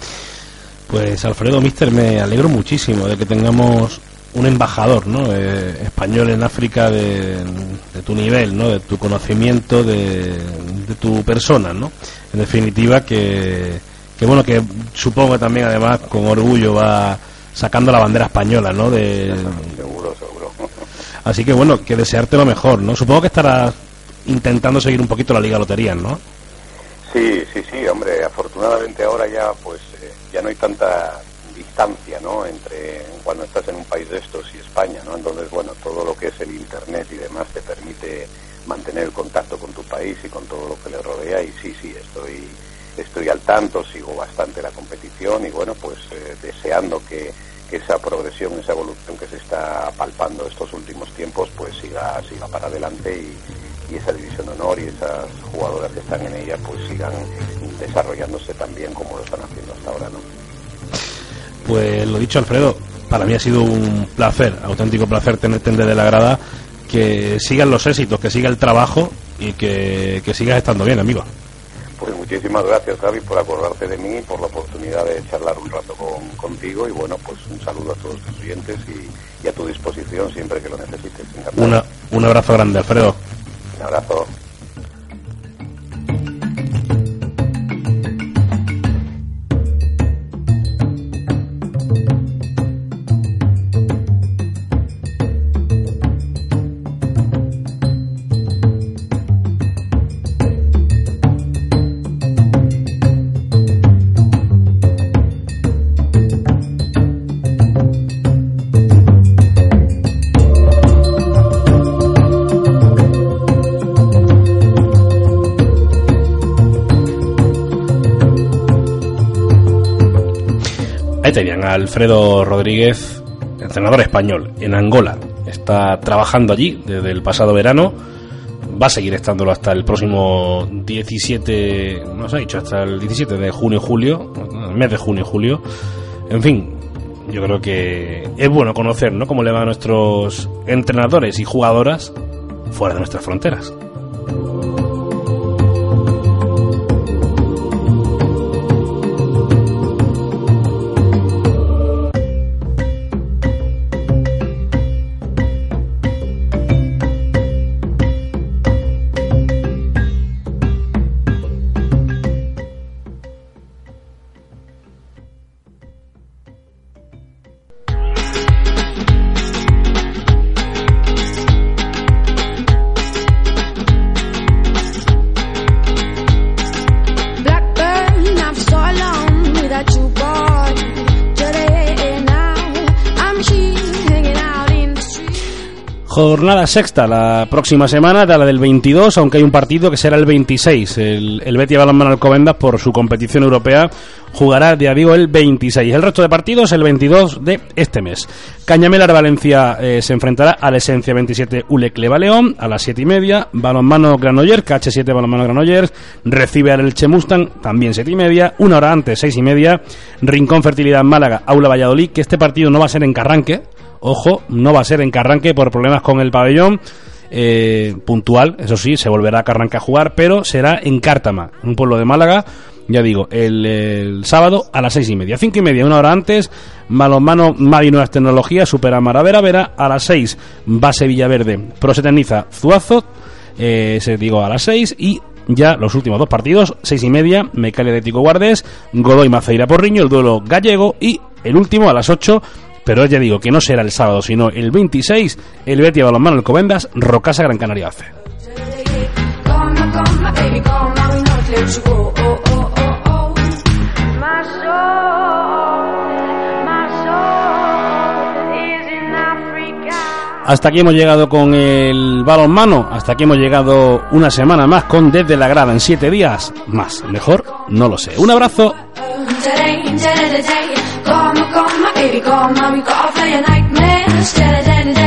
Pues Alfredo, míster, me alegro muchísimo de que tengamos un embajador, ¿no? Español en África de tu nivel, ¿no? De tu conocimiento, de tu persona, ¿no? En definitiva, que bueno, que supongo que también además con orgullo va sacando la bandera española, ¿no? Seguro. Así que bueno, que desearte lo mejor, ¿no? Supongo que estarás intentando seguir un poquito la Liga Loterías, ¿no? Sí, hombre, afortunadamente ahora ya pues ya no hay tanta distancia, ¿no? Entre cuando estás en un país de estos y España, ¿no? Entonces, bueno, todo lo que es el internet y demás te permite mantener el contacto con tu país y con todo lo que le rodea, y sí, estoy al tanto, sigo bastante la competición, y bueno, pues deseando que esa progresión, esa evolución que se está palpando estos últimos tiempos, pues siga para adelante, y esa división de honor y esas jugadoras que están en ella pues sigan desarrollándose tan bien como lo están haciendo hasta ahora, ¿no? Pues lo dicho, Alfredo, para mí ha sido un placer, auténtico placer tenerte desde la grada, que sigan los éxitos, que siga el trabajo y que sigas estando bien, amigo. Pues muchísimas gracias, Javi, por acordarte de mí, por la oportunidad de charlar un rato contigo, y bueno, pues un saludo a todos tus oyentes y a tu disposición siempre que lo necesites. Un abrazo grande, Alfredo. Un abrazo. Ahí tenían a Alfredo Rodríguez, entrenador español en Angola. Está trabajando allí desde el pasado verano. Va a seguir estándolo hasta el próximo 17, no se ha dicho, hasta el 17 de junio-julio, el mes de junio-julio. En fin, yo creo que es bueno conocer, ¿no?, cómo le va a nuestros entrenadores y jugadoras fuera de nuestras fronteras. Jornada sexta la próxima semana, de la del 22, aunque hay un partido que será el 26. El Betis Balonmano Alcobendas, por su competición europea, jugará, ya digo, el 26. El resto de partidos el 22 de este mes. Cañamelar Valencia se enfrentará a la Esencia 27 Ulec Leva León a las 7:30. Balonmano Granollers, KH7 Balonmano Granollers recibe al Elche Mustang, también 7:30. Una hora antes, 6:30, Rincón Fertilidad Málaga Aula Valladolid, que este partido no va a ser en Carranque. Ojo, no va a ser en Carranque por problemas con el pabellón puntual, eso sí, se volverá a Carranque a jugar, pero será en Cártama, un pueblo de Málaga, ya digo, el sábado a las 6:30. 5:30, una hora antes, Balonmano Mavi Nuevas Tecnologías supera Maravera Vera, a las 6 Base Villaverde Proseteniza Zuazo, a las 6, y ya los últimos dos partidos, 6:30, Mecalia Atlético Guardés, Godoy Maceira Porriño, el duelo gallego, y el último a las 8, pero ya digo que no será el sábado, sino el 26, el Betis Balonmano Alcobendas, Rocasa Gran Canaria AC. hasta aquí hemos llegado con el balonmano, hasta aquí hemos llegado una semana más con Desde la Grada, en 7 días más, mejor no lo sé. Un abrazo. Come, my baby, come, we gotta play a nightmare.